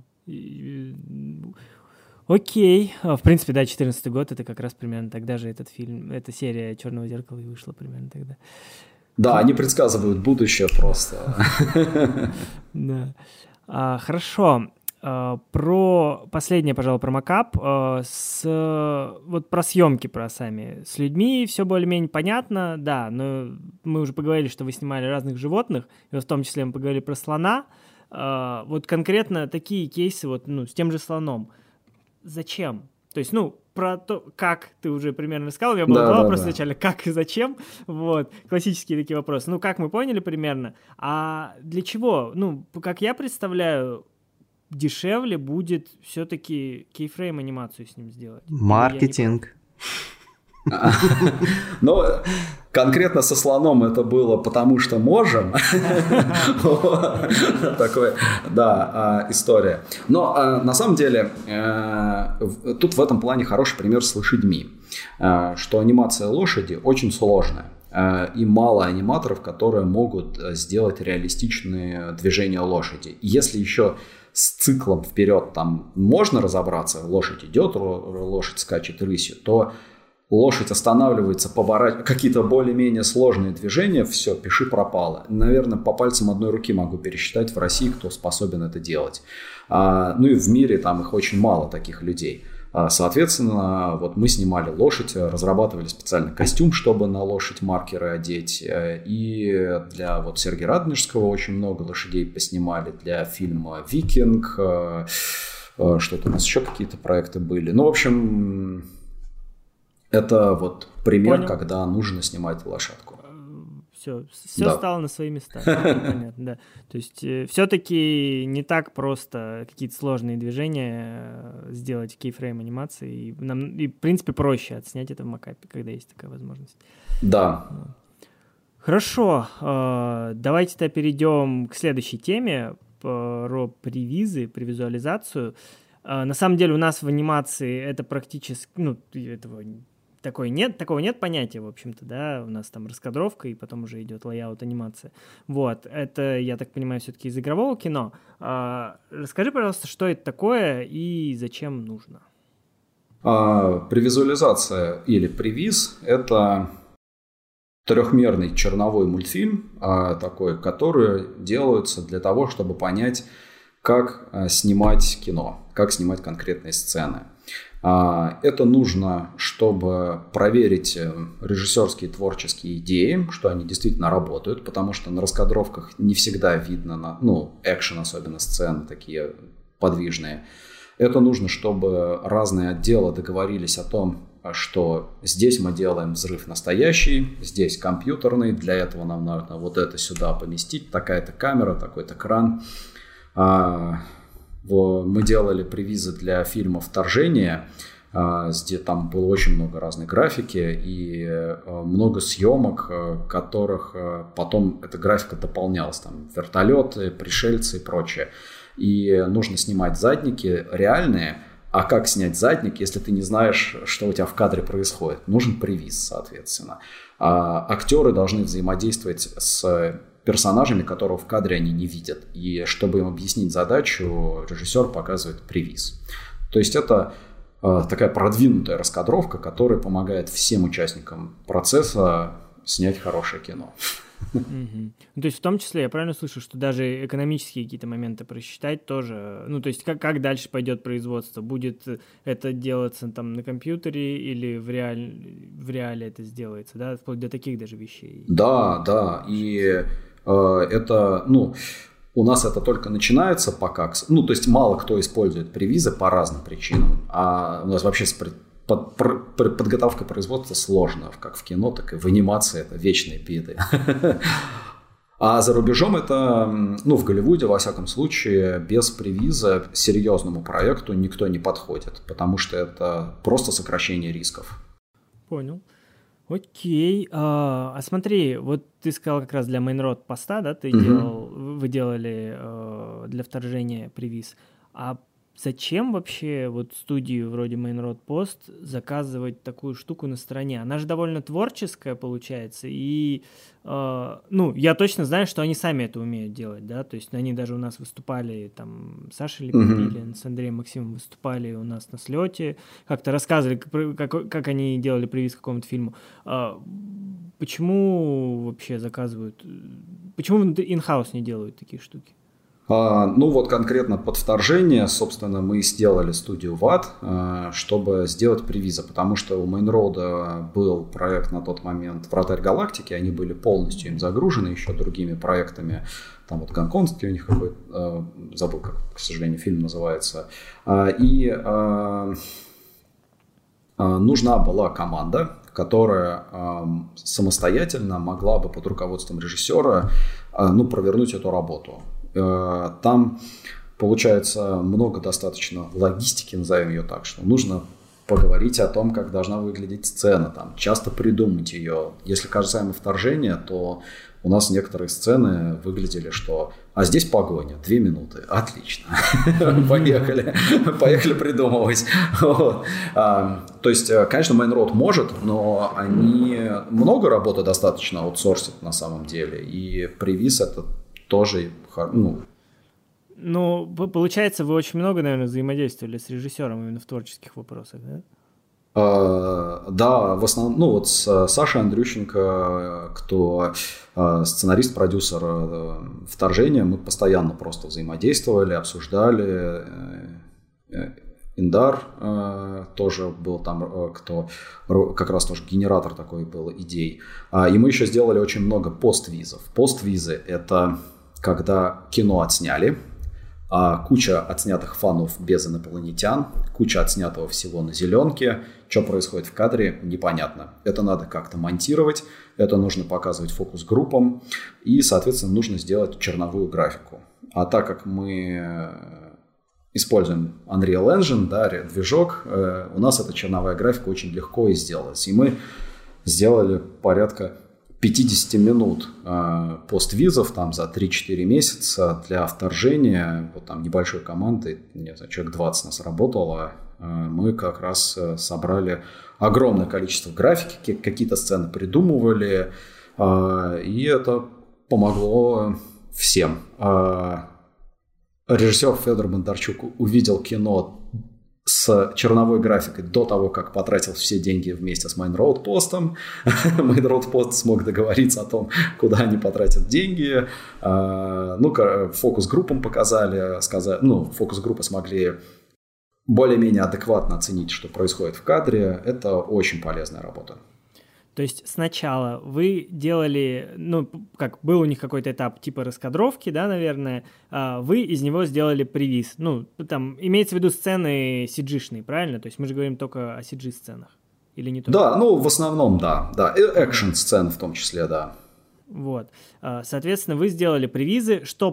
Окей. В принципе, да, 2014 год, это как раз примерно тогда же этот фильм, эта серия «Черного зеркала» и вышла примерно тогда. Да, они предсказывают будущее просто. Да. Хорошо. Последнее, пожалуй, про макап. Вот про съемки про сами. С людьми все более-менее понятно, да, но мы уже поговорили, что вы снимали разных животных, и вот в том числе мы поговорили про слона. Вот конкретно такие кейсы вот, с тем же слоном. Зачем? То есть, про то, как ты уже примерно сказал, у меня было два вопроса сначала, как и зачем, вот, классические такие вопросы. Как мы поняли примерно, а для чего? Как я представляю, дешевле будет все-таки кейфрейм анимацию с ним сделать. Маркетинг. Но конкретно со слоном это было потому, что можем. Такая, да, история. Но на самом деле тут в этом плане хороший пример с лошадьми. Что анимация лошади очень сложная. И мало аниматоров, которые могут сделать реалистичные движения лошади. Если еще с циклом вперед там можно разобраться, лошадь идет, лошадь скачет рысью, то лошадь останавливается, поворачивает, какие-то более-менее сложные движения, все, пиши пропало. Наверное, по пальцам одной руки могу пересчитать в России, кто способен это делать. Ну и в мире там их очень мало, таких людей. Соответственно, вот мы снимали лошадь, разрабатывали специальный костюм, чтобы на лошадь маркеры одеть. И для вот Сергея Радонежского очень много лошадей поснимали, для фильма «Викинг». Что-то у нас еще какие-то проекты были. Ну, в общем, это вот пример, понял, когда нужно снимать лошадку. Все да, стало на свои места. Понятно, да. То есть все-таки не так просто какие-то сложные движения сделать в кейфрейм анимации. И, в принципе, проще отснять это в макапе, когда есть такая возможность. Да. Хорошо. Давайте тогда перейдем к следующей теме про превизы, превизуализацию. На самом деле у нас в анимации это практически... Ну, такого нет понятия, в общем-то, да, у нас там раскадровка, и потом уже идет лейаут анимация. Вот, это, я так понимаю, все-таки из игрового кино. Расскажи, пожалуйста, что это такое и зачем нужно? Превизуализация или превиз – это трехмерный черновой мультфильм такой, который делается для того, чтобы понять, как снимать кино, как снимать конкретные сцены. Это нужно, чтобы проверить режиссерские творческие идеи, что они действительно работают, потому что на раскадровках не всегда видно, экшен, особенно сцены такие подвижные. Это нужно, чтобы разные отделы договорились о том, что здесь мы делаем взрыв настоящий, здесь компьютерный, для этого нам надо вот это сюда поместить, такая-то камера, такой-то кран. Мы делали превизы для фильма «Вторжение», где там было очень много разной графики и много съемок, которых потом эта графика дополнялась. Там вертолеты, пришельцы и прочее. И нужно снимать задники реальные. А как снять задник, если ты не знаешь, что у тебя в кадре происходит? Нужен превиз, соответственно. Актеры должны взаимодействовать с персонажами, которого в кадре они не видят. И чтобы им объяснить задачу, режиссер показывает превиз. То есть это такая продвинутая раскадровка, которая помогает всем участникам процесса снять хорошее кино. То есть в том числе, я правильно слышу, что даже экономические какие-то моменты просчитать тоже, то есть как дальше пойдет производство? Будет это делаться там на компьютере или в реале это сделается, да, вплоть до таких даже вещей? Да, и это, у нас это только начинается пока, то есть мало кто использует превизы по разным причинам, а у нас вообще подготовка производства сложна, как в кино, так и в анимации, это вечные беды. А за рубежом это, в Голливуде, во всяком случае, без превиза серьезному проекту никто не подходит, потому что это просто сокращение рисков. Понял. Окей. А смотри, вот ты сказал как раз для Mainroad поста, да, вы делали для вторжения превиз. А зачем вообще вот студию вроде Mainroad Post заказывать такую штуку на стороне? Она же довольно творческая получается, и я точно знаю, что они сами это умеют делать, да, то есть они даже у нас выступали, там, Саша Лепилин с Андреем Максимовым выступали у нас на слете, как-то рассказывали, как они делали превиз к какому-то фильму. Почему вообще заказывают, почему in-house не делают такие штуки? Вот конкретно под вторжение, собственно, мы сделали студию ВАД, чтобы сделать превизы, потому что у Mainroad был проект на тот момент «Вратарь галактики», они были полностью им загружены еще другими проектами, там вот гонконгский у них какой-то, забыл, как, к сожалению, фильм называется, и нужна была команда, которая самостоятельно могла бы под руководством режиссера провернуть эту работу. Там получается много достаточно логистики, назовем ее так, что нужно поговорить о том, как должна выглядеть сцена, там, часто придумать ее. Если касаемо вторжения, то у нас некоторые сцены выглядели, что «а здесь погоня, 2 минуты, отлично, поехали придумывать». То есть, конечно, Main Road может, но они много работы достаточно аутсорсят на самом деле, и превиз это тоже, Ну, получается, вы очень много, наверное, взаимодействовали с режиссером именно в творческих вопросах, да? Да, в основном, вот с Сашей Андрющенко, кто сценарист, продюсер «Вторжения», мы постоянно просто взаимодействовали, обсуждали. Индар тоже был там, кто как раз тоже генератор такой был идей. И мы еще сделали очень много поствизов. Поствизы – это когда кино отсняли, куча отснятых фанов без инопланетян, куча отснятого всего на зеленке. Что происходит в кадре, непонятно. Это надо как-то монтировать, это нужно показывать фокус-группам, и, соответственно, нужно сделать черновую графику. А так как мы используем Unreal Engine, да, движок, у нас эта черновая графика очень легко и сделалась. И мы сделали порядка 50 минут поствизов там за 3-4 месяца для вторжения. Вот там небольшой командой, не знаю, человек 20 нас работало. Мы как раз собрали огромное количество графики, какие-то сцены придумывали, и это помогло всем. Режиссер Федор Бондарчук увидел кино с черновой графикой до того, как потратил все деньги вместе с Main Road Post'ом. Main Road Post смог договориться о том, куда они потратят деньги. Фокус-группам показали, фокус-группы смогли более-менее адекватно оценить, что происходит в кадре. Это очень полезная работа. То есть сначала вы делали, был у них какой-то этап типа раскадровки, да, наверное, вы из него сделали превиз. Там имеется в виду сцены CG-шные, правильно? То есть мы же говорим только о CG-сценах. Или не только? Да, в основном, да. И экшн-сцены в том числе, да. Вот. Соответственно, вы сделали превизы, что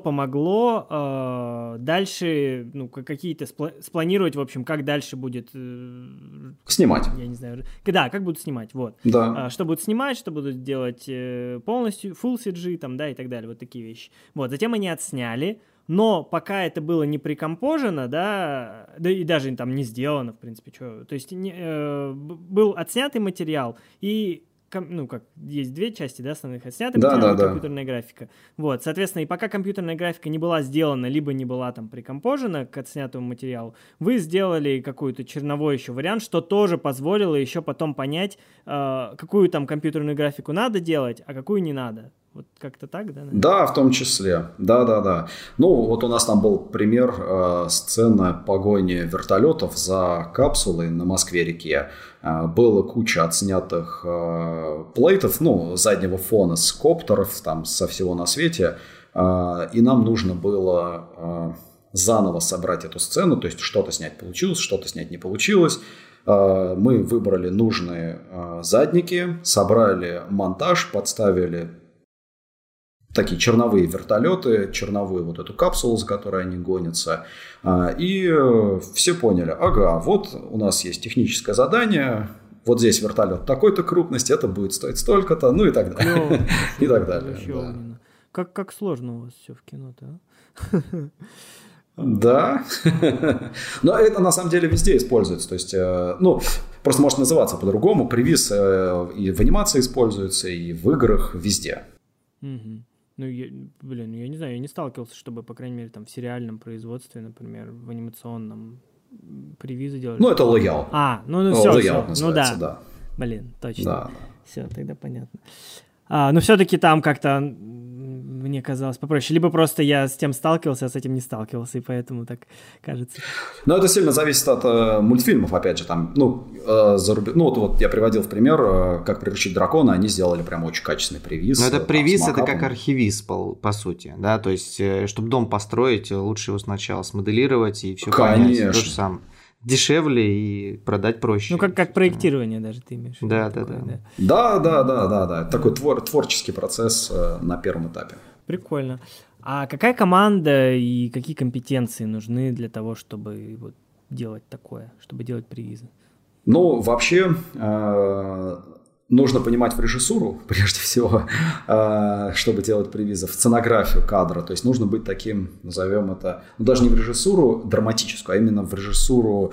помогло дальше, какие-то спланировать, в общем, как дальше будет... Снимать. Я не знаю. Да, как будут снимать, вот. Да. Что будут снимать, что будут делать полностью, full CG, там, да, и так далее, вот такие вещи. Вот, затем они отсняли, но пока это было не прикомпожено, да и даже там не сделано, в принципе, то есть был отснятый материал, и есть 2 части, да, основных, отснятый материал и компьютерная графика. Вот, соответственно, и пока компьютерная графика не была сделана, либо не была там прикомпожена к отснятому материалу, вы сделали какой-то черновой еще вариант, что тоже позволило еще потом понять, какую там компьютерную графику надо делать, а какую не надо. Вот как-то так, да? Наверное? Да, в том числе. Да. Вот у нас там был пример сцены погони вертолетов за капсулой на Москве-реке. Было куча отснятых плейтов, заднего фона с коптеров, там со всего на свете. И нам нужно было заново собрать эту сцену, то есть что-то снять получилось, что-то снять не получилось. Мы выбрали нужные задники, собрали монтаж, подставили такие черновые вертолеты, черновую вот эту капсулу, за которой они гонятся. И все поняли, вот у нас есть техническое задание, вот здесь вертолет такой-то крупности, это будет стоить столько-то, и так далее. И так далее. Как сложно у вас все в кино-то, Да, но это на самом деле везде используется, то есть, просто может называться по-другому, превиз и в анимации используется, и в играх, везде. Я не знаю, я не сталкивался, чтобы, по крайней мере, там в сериальном производстве, например, в анимационном превизы делали. Это лейаут. Все. Лейаут называется, да. Блин, точно. Да. Все, тогда понятно. Но все-таки там как-то мне казалось попроще. Либо просто я с тем сталкивался, а с этим не сталкивался, и поэтому так кажется. Это сильно зависит от мультфильмов, опять же, там, вот я приводил в пример, как приручить дракона, они сделали прям очень качественный превиз. Это превиз, это как архивиз, по сути, да, то есть, чтобы дом построить, лучше его сначала смоделировать и все понять. То же самое. Дешевле и продать проще. Как проектирование даже ты имеешь. Да. Такой творческий процесс на первом этапе. Прикольно. А какая команда и какие компетенции нужны для того, чтобы делать такое, чтобы делать превизы? Ну, вообще, нужно понимать в режиссуру, прежде всего, чтобы делать превизы, в сценографию кадра. То есть нужно быть таким, назовем это, ну, даже не в режиссуру драматическую, а именно в режиссуру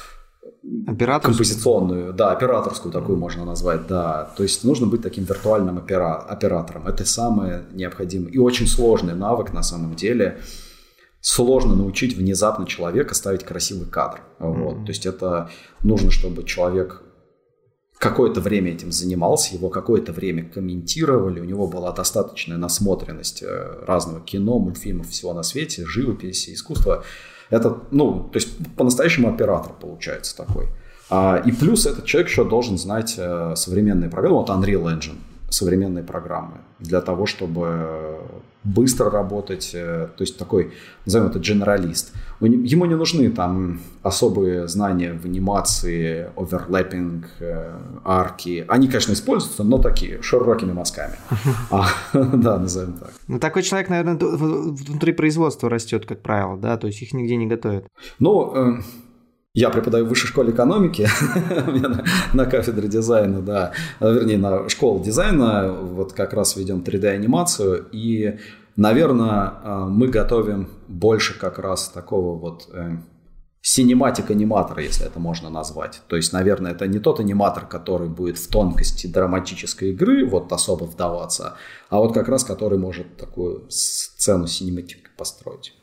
композиционную, да, операторскую такую можно назвать, да. То есть нужно быть таким виртуальным оператором. Это самое необходимое и очень сложный навык на самом деле. Сложно научить внезапно человека ставить красивый кадр. Вот. То есть это нужно, чтобы человек какое-то время этим занимался, его какое-то время комментировали, у него была достаточная насмотренность разного кино, мультфильмов, всего на свете, живописи, искусства. Это, ну, то есть по-настоящему оператор получается такой. И плюс этот человек еще должен знать современные программы, вот Unreal Engine, современные программы, для того, чтобы быстро работать, то есть такой, назовем это, генералист. Ему не нужны там особые знания в анимации, оверлэппинг, арки. Они, конечно, используются, но такие, широкими мазками. Да, назовем так. Ну, такой человек, наверное, внутри производства растет, как правило, да, то есть их нигде не готовят. Ну, я преподаю в высшей школе экономики, у меня на кафедре дизайна, да, вернее, на школе дизайна, вот как раз ведем 3D-анимацию, и, наверное, мы готовим больше как раз такого вот синематик-аниматора, если это можно назвать. То есть, наверное, это не тот аниматор, который будет в тонкости драматической игры вот особо вдаваться, а вот как раз который может такую сцену синематик построить.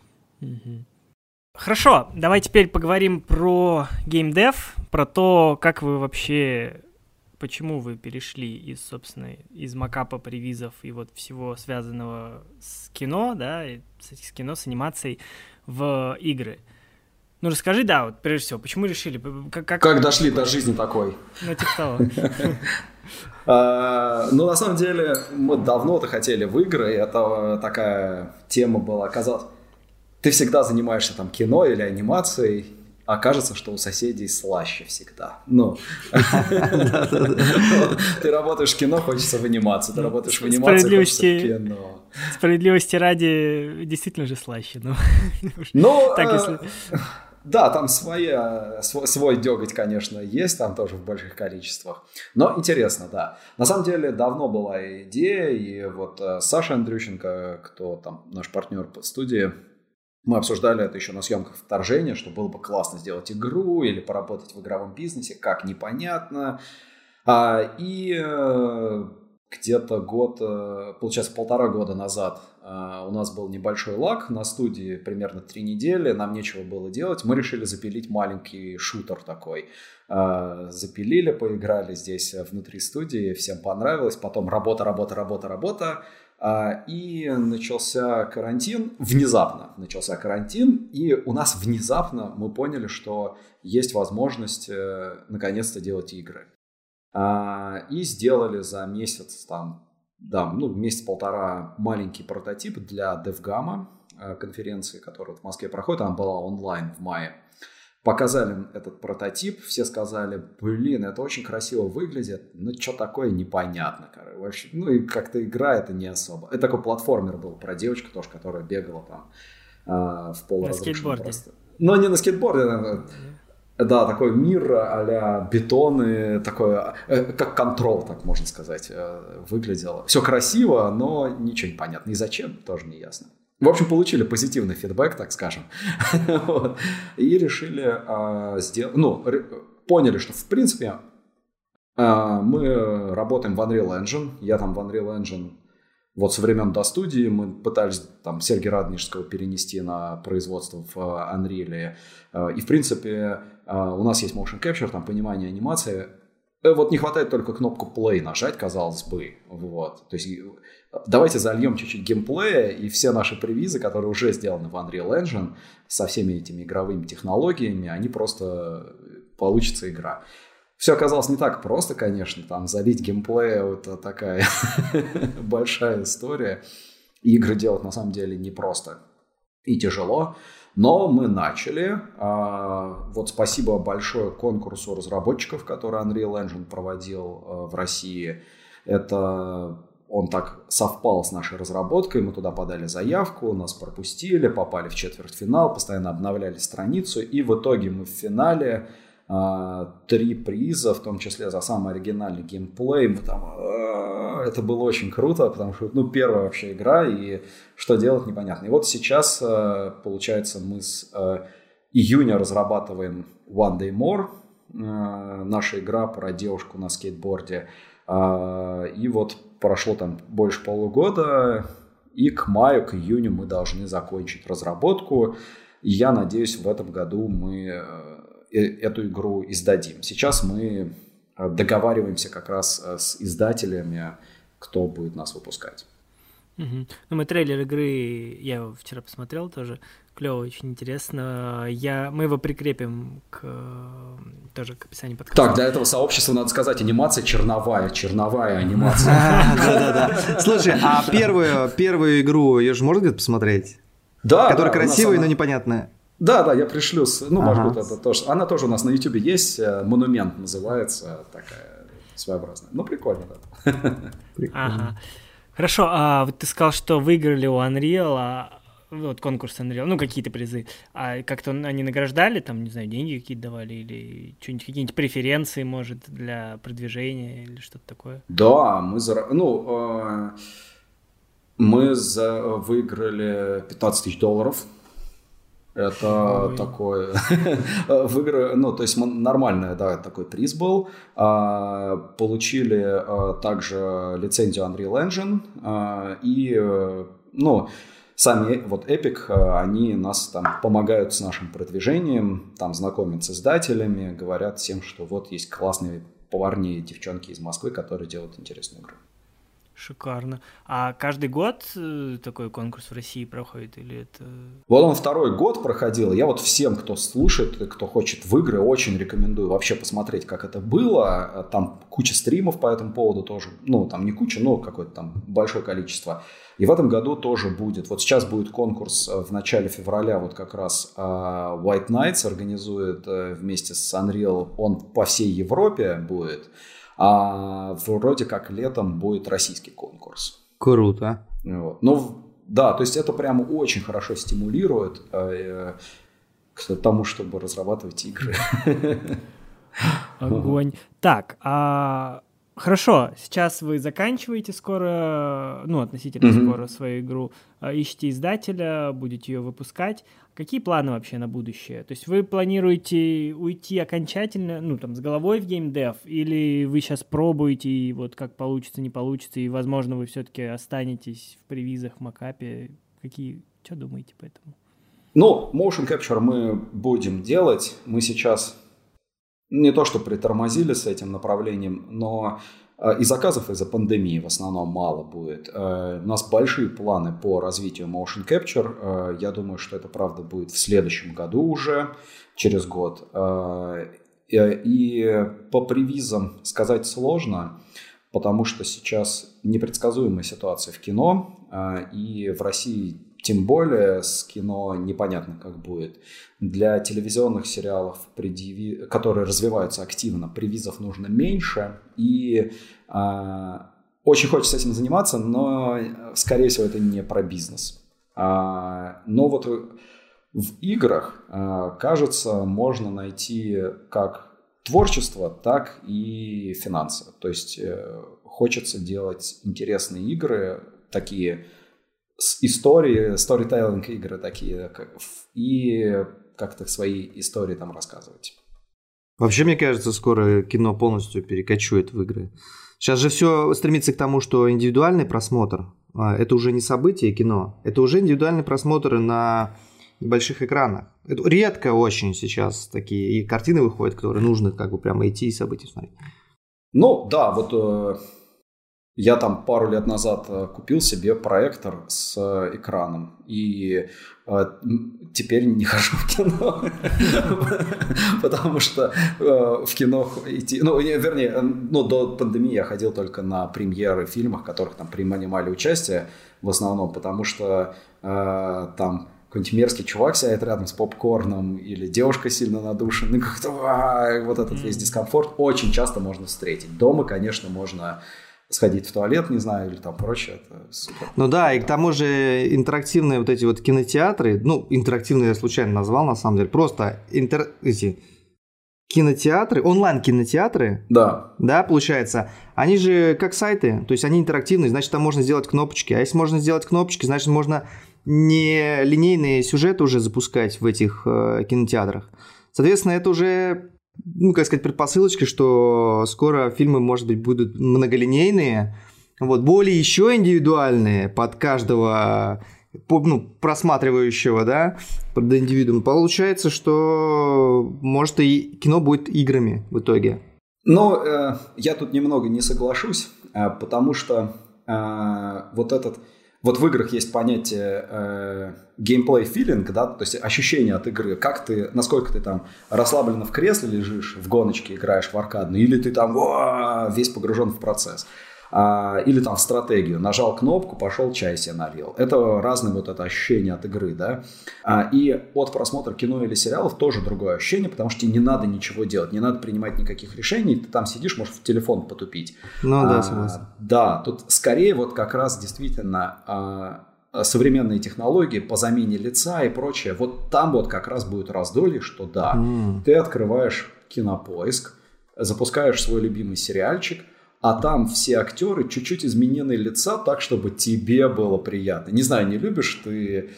Хорошо, давай теперь поговорим про геймдев, про то, как вы вообще, почему вы перешли собственно, из макапа, превизов и вот всего связанного с кино, да, с кино, с анимацией в игры. Ну, расскажи, да, вот прежде всего, почему решили? Как дошли до жизни такой? Ну, типа того. Ну, на самом деле, мы давно-то хотели в игры, и это такая тема была, казалось... Ты всегда занимаешься там кино или анимацией, а кажется, что у соседей слаще всегда. Ну, ты работаешь в кино, хочется в анимации, ты работаешь в анимации, хочется в кино. Справедливости ради, действительно же слаще. Ну, да, там свой деготь, конечно, есть, там тоже в больших количествах. Но интересно, да. На самом деле, давно была идея, и вот Саша Андрющенко, кто там наш партнер по студии, мы обсуждали это еще на съемках «Вторжения», что было бы классно сделать игру или поработать в игровом бизнесе, как непонятно. И где-то получается, 1,5 года назад у нас был небольшой лаг на студии, примерно 3 недели, нам нечего было делать. Мы решили запилить маленький шутер такой. Запилили, поиграли здесь внутри студии, всем понравилось. Потом работа. И начался карантин, внезапно начался карантин, и у нас внезапно мы поняли, что есть возможность наконец-то делать игры. И сделали за месяц, месяц-полтора маленький прототип для DevGamma конференции, которая в Москве проходит, она была онлайн в мае. Показали этот прототип, все сказали, блин, это очень красиво выглядит, но что такое непонятно, короче. Ну и как-то игра это не особо. Это такой платформер был про девочку тоже, которая бегала там в полуразрушенном пространстве. Но не на скейтборде, да, такой мир а-ля бетоны, такое, как контрол, так можно сказать, выглядело. Все красиво, но ничего не понятно. И зачем, тоже не ясно. В общем, получили позитивный фидбэк, так скажем. Вот. И решили сделать... поняли, что, в принципе, мы работаем в Unreal Engine. Я там в Unreal Engine вот со времен до студии. Мы пытались там Сергея Радонежского перенести на производство в Unreal. И, в принципе, у нас есть motion capture, там понимание анимации. Вот не хватает только кнопку play нажать, казалось бы. Вот. То есть давайте зальем чуть-чуть геймплея, и все наши превизы, которые уже сделаны в Unreal Engine, со всеми этими игровыми технологиями, они просто получится игра. Все оказалось не так просто, конечно. Там залить геймплей – это такая большая история. Игры делать на самом деле непросто и тяжело. Но мы начали. Вот спасибо большое конкурсу разработчиков, который Unreal Engine проводил в России. Он так совпал с нашей разработкой. Мы туда подали заявку, нас пропустили, попали в четвертьфинал, постоянно обновляли страницу. И в итоге мы в финале 3 приза, в том числе за самый оригинальный геймплей. Мы там... Это было очень круто, потому что, первая вообще игра, и что делать непонятно. И вот сейчас, получается, мы с июня разрабатываем One Day More, наша игра про девушку на скейтборде. И вот прошло там больше полугода, и к маю, к июню мы должны закончить разработку. И я надеюсь, в этом году мы эту игру издадим. Сейчас мы договариваемся как раз с издателями, кто будет нас выпускать. Ну, мы трейлер игры, я его вчера посмотрел тоже, клево, очень интересно. Мы его прикрепим тоже к описанию подкаста. Так, для этого сообщества надо сказать, анимация черновая анимация. Да. Слушай, а первую игру ее же можно где-то посмотреть? Да. Которая красивая, но непонятная. Да, я пришлю. Может быть, это тоже. Она тоже у нас на YouTube есть. Монумент называется. Такая своеобразная. Прикольно, да. Ага. Хорошо, а вот ты сказал, что выиграли у Unreal, вот конкурс Unreal, какие-то призы. А как-то они награждали, там, не знаю, деньги какие-то давали или что-нибудь, какие-нибудь преференции, может, для продвижения или что-то такое? Да, мы выиграли $15 000. Это такой то есть нормальный, да, такой приз был. Получили также лицензию Unreal Engine и сами вот Epic, они нас там помогают с нашим продвижением, там знакомят с издателями, говорят всем, что вот есть классные парни и девчонки из Москвы, которые делают интересную игру. Шикарно. А каждый год такой конкурс в России проходит или это... Вот он 2-й год проходил. Я вот всем, кто слушает, кто хочет в игры, очень рекомендую вообще посмотреть, как это было. Там куча стримов по этому поводу тоже. Там не куча, но какое-то там большое количество. И в этом году тоже будет. Вот сейчас будет конкурс в начале февраля, вот как раз White Nights организует вместе с Unreal. Он по всей Европе будет. А вроде как летом будет российский конкурс. Круто. Вот. Да, то есть это прямо очень хорошо стимулирует к тому, чтобы разрабатывать игры. Огонь. Так, хорошо, сейчас вы заканчиваете скоро, относительно скоро свою игру, ищете издателя, будете ее выпускать. Какие планы вообще на будущее? То есть вы планируете уйти окончательно, с головой в геймдев, или вы сейчас пробуете, и вот как получится, не получится, и, возможно, вы все-таки останетесь в превизах, в макапе? Что думаете по этому? Motion Capture мы будем делать. Мы сейчас не то что притормозили с этим направлением, но и заказов из-за пандемии в основном мало будет. У нас большие планы по развитию Motion Capture. Я думаю, что это, правда, будет в следующем году уже, через год. И по превизам сказать сложно, потому что сейчас непредсказуемая ситуация в кино, и в России тем более с кино непонятно, как будет. Для телевизионных сериалов, которые развиваются активно, превизов нужно меньше. И очень хочется этим заниматься, но, скорее всего, это не про бизнес. Но вот в играх, кажется, можно найти как творчество, так и финансы. То есть хочется делать интересные игры, такие с историей, сторителлинг игры такие, и как-то свои истории там рассказывать. Вообще, мне кажется, скоро кино полностью перекочует в игры. Сейчас же все стремится к тому, что индивидуальный просмотр – это уже не событие кино, это уже индивидуальный просмотр на небольших экранах. Это редко очень сейчас такие и картины выходят, которые нужно прямо идти и события смотреть. Да, вот я там пару лет назад купил себе проектор с экраном, и теперь не хожу в кино, потому что в кино идти... до пандемии я ходил только на премьеры фильмов, в которых там принимали участие в основном, потому что там какой-нибудь мерзкий чувак сядет рядом с попкорном или девушка сильно надушена, и как-то вот этот весь дискомфорт очень часто можно встретить. Дома, конечно, можно сходить в туалет, не знаю, или там прочее, это супер. И к тому же интерактивные вот эти вот кинотеатры, интерактивные я случайно назвал, на самом деле, просто кинотеатры, онлайн-кинотеатры, Да. Да, получается, они же как сайты, то есть они интерактивные, значит, там можно сделать кнопочки. А если можно сделать кнопочки, значит, можно не линейные сюжеты уже запускать в этих кинотеатрах. Соответственно, это уже, ну, как сказать, предпосылочка, что скоро фильмы, может быть, будут многолинейные, вот, более еще индивидуальные под каждого, ну, просматривающего, да, под индивидуума. Получается, что, может, и кино будет играми в итоге. Ну, я тут немного не соглашусь, потому что вот в играх есть понятие геймплей филинг, да, то есть ощущение от игры, насколько ты там расслабленно в кресле лежишь, в гоночке играешь в аркадную, или ты там весь погружен в процесс. Или там в стратегию. Нажал кнопку, пошел чай себе налил. Это разное вот это ощущение от игры, да. И от просмотра кино или сериалов тоже другое ощущение, потому что тебе не надо ничего делать, не надо принимать никаких решений. Ты там сидишь, можешь в телефон потупить. Ну да, согласен. Да, тут скорее вот как раз действительно современные технологии по замене лица и прочее. Вот там вот как раз будет раздолье, что да, ты открываешь Кинопоиск, запускаешь свой любимый сериальчик, а там все актеры чуть-чуть изменены лица так, чтобы тебе было приятно. Не знаю, не любишь ты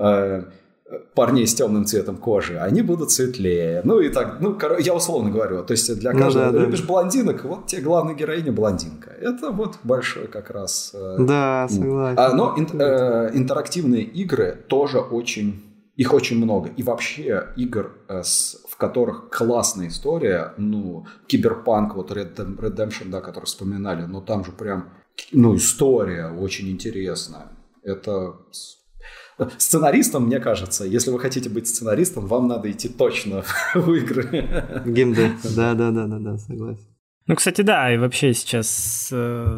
парней с темным цветом кожи, они будут светлее. Ну и так, я условно говорю. То есть для каждого любишь блондинок, вот тебе главная героиня блондинка. Это вот большой как раз... Да, согласен. Но интерактивные игры тоже их очень много. И вообще игр, в которых классная история, Киберпанк, вот Red Redemption, да, который вспоминали, но там же прям, история очень интересная. Это... Сценаристом, мне кажется, если вы хотите быть сценаристом, вам надо идти точно в игры. Геймдев, да, согласен. Ну, кстати, да, и вообще сейчас...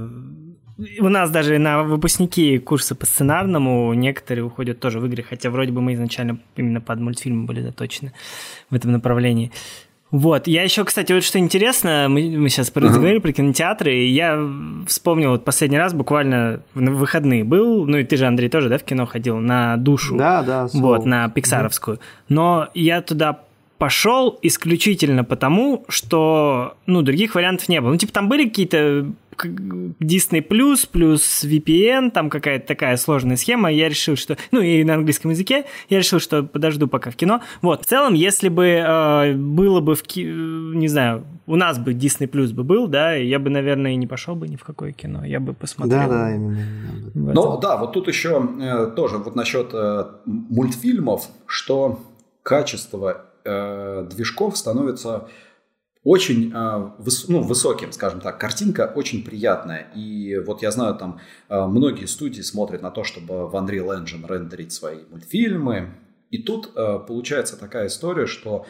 У нас даже на выпускники курса по сценарному некоторые уходят тоже в игры, хотя вроде бы мы изначально именно под мультфильмы были заточены в этом направлении. Вот, я еще, кстати, вот что интересно, мы сейчас говорили про кинотеатры, и я вспомнил вот последний раз, буквально в выходные был, и ты же, Андрей, тоже, да, в кино ходил, на «Душу», да, вот, на пиксаровскую, но я туда пошел исключительно потому, что, других вариантов не было. Там были какие-то Disney+, плюс VPN, там какая-то такая сложная схема, я решил, что... и на английском языке, я решил, что подожду пока в кино. Вот, в целом, если бы было бы не знаю, у нас бы Disney+, бы был, да, я бы, наверное, и не пошел бы ни в какое кино, я бы посмотрел. Да, именно. Вот тут еще тоже вот насчет мультфильмов, что качество движков становится очень высоким, скажем так. Картинка очень приятная. И вот я знаю, там многие студии смотрят на то, чтобы в Unreal Engine рендерить свои мультфильмы. И тут получается такая история, что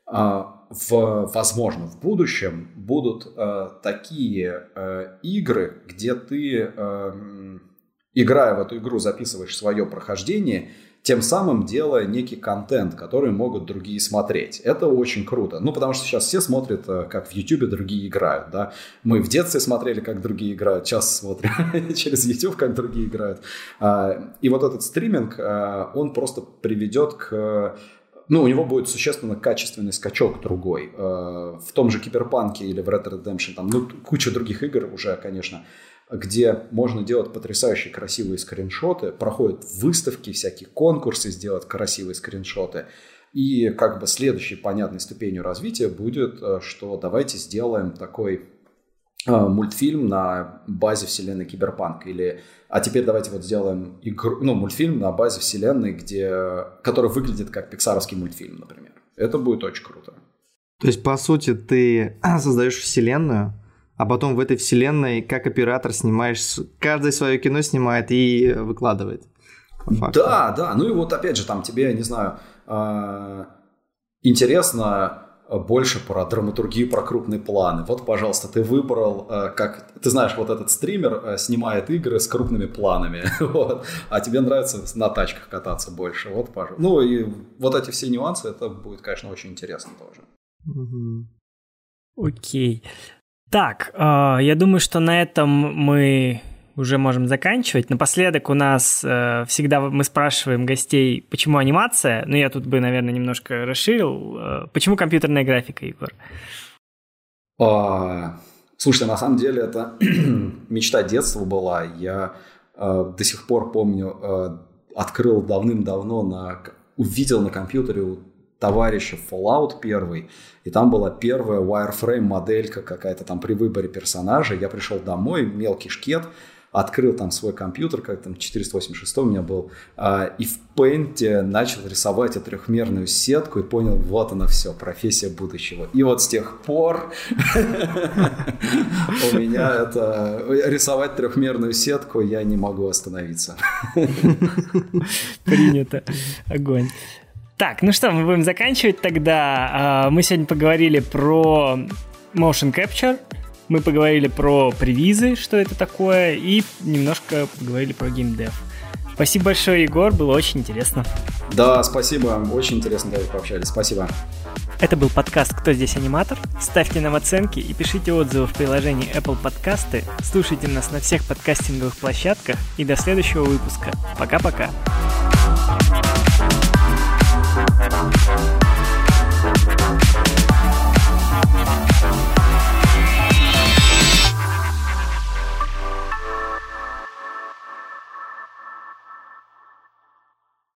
возможно, в будущем будут такие игры, где ты, играя в эту игру, записываешь свое прохождение, тем самым делая некий контент, который могут другие смотреть. Это очень круто. Потому что сейчас все смотрят, как в YouTube другие играют. Да? Мы в детстве смотрели, как другие играют. Сейчас смотрим через YouTube, как другие играют. И вот этот стриминг, он просто приведет к... у него будет существенно качественный скачок другой. В том же Киберпанке или в Red Redemption, там, куча других игр уже, конечно, где можно делать потрясающие красивые скриншоты, проходят выставки, всякие конкурсы, сделать красивые скриншоты. И как бы следующей понятной ступенью развития будет, что давайте сделаем такой мультфильм на базе вселенной Киберпанк. А теперь давайте вот сделаем мультфильм на базе вселенной, который выглядит как пиксаровский мультфильм, например. Это будет очень круто. То есть, по сути, ты создаешь вселенную, а потом в этой вселенной, как оператор, снимаешь, каждое свое кино снимает и выкладывает. Да. И вот опять же, там тебе, не знаю, интересно больше про драматургию, про крупные планы. Вот, пожалуйста, ты выбрал, как ты знаешь, вот этот стример снимает игры с крупными планами, вот, а тебе нравится на тачках кататься больше. Вот, пожалуйста. И вот эти все нюансы, это будет, конечно, очень интересно тоже. Окей. Так, я думаю, что на этом мы уже можем заканчивать. Напоследок у нас всегда мы спрашиваем гостей, почему анимация. Ну, я тут бы, наверное, немножко расширил. Почему компьютерная графика, Егор? Слушайте, на самом деле это мечта детства была. Я до сих пор помню, открыл давным-давно, увидел на компьютере у товарища Fallout 1, и там была первая wireframe моделька какая-то там при выборе персонажа. Я пришел домой, мелкий шкет, открыл там свой компьютер, как там 486 у меня был, и в Paint начал рисовать эту трехмерную сетку и понял, вот она все, профессия будущего. И вот с тех пор у меня это рисовать трехмерную сетку, я не могу остановиться. Принято. Огонь. Так, ну что, мы будем заканчивать тогда. Мы сегодня поговорили про motion capture, мы поговорили про превизы, что это такое, и немножко поговорили про геймдев. Спасибо большое, Егор, было очень интересно. Да, спасибо, очень интересно, Давид, пообщались, спасибо. Это был подкаст «Кто здесь аниматор?». Ставьте нам оценки и пишите отзывы в приложении Apple Подкасты, слушайте нас на всех подкастинговых площадках и до следующего выпуска. Пока-пока.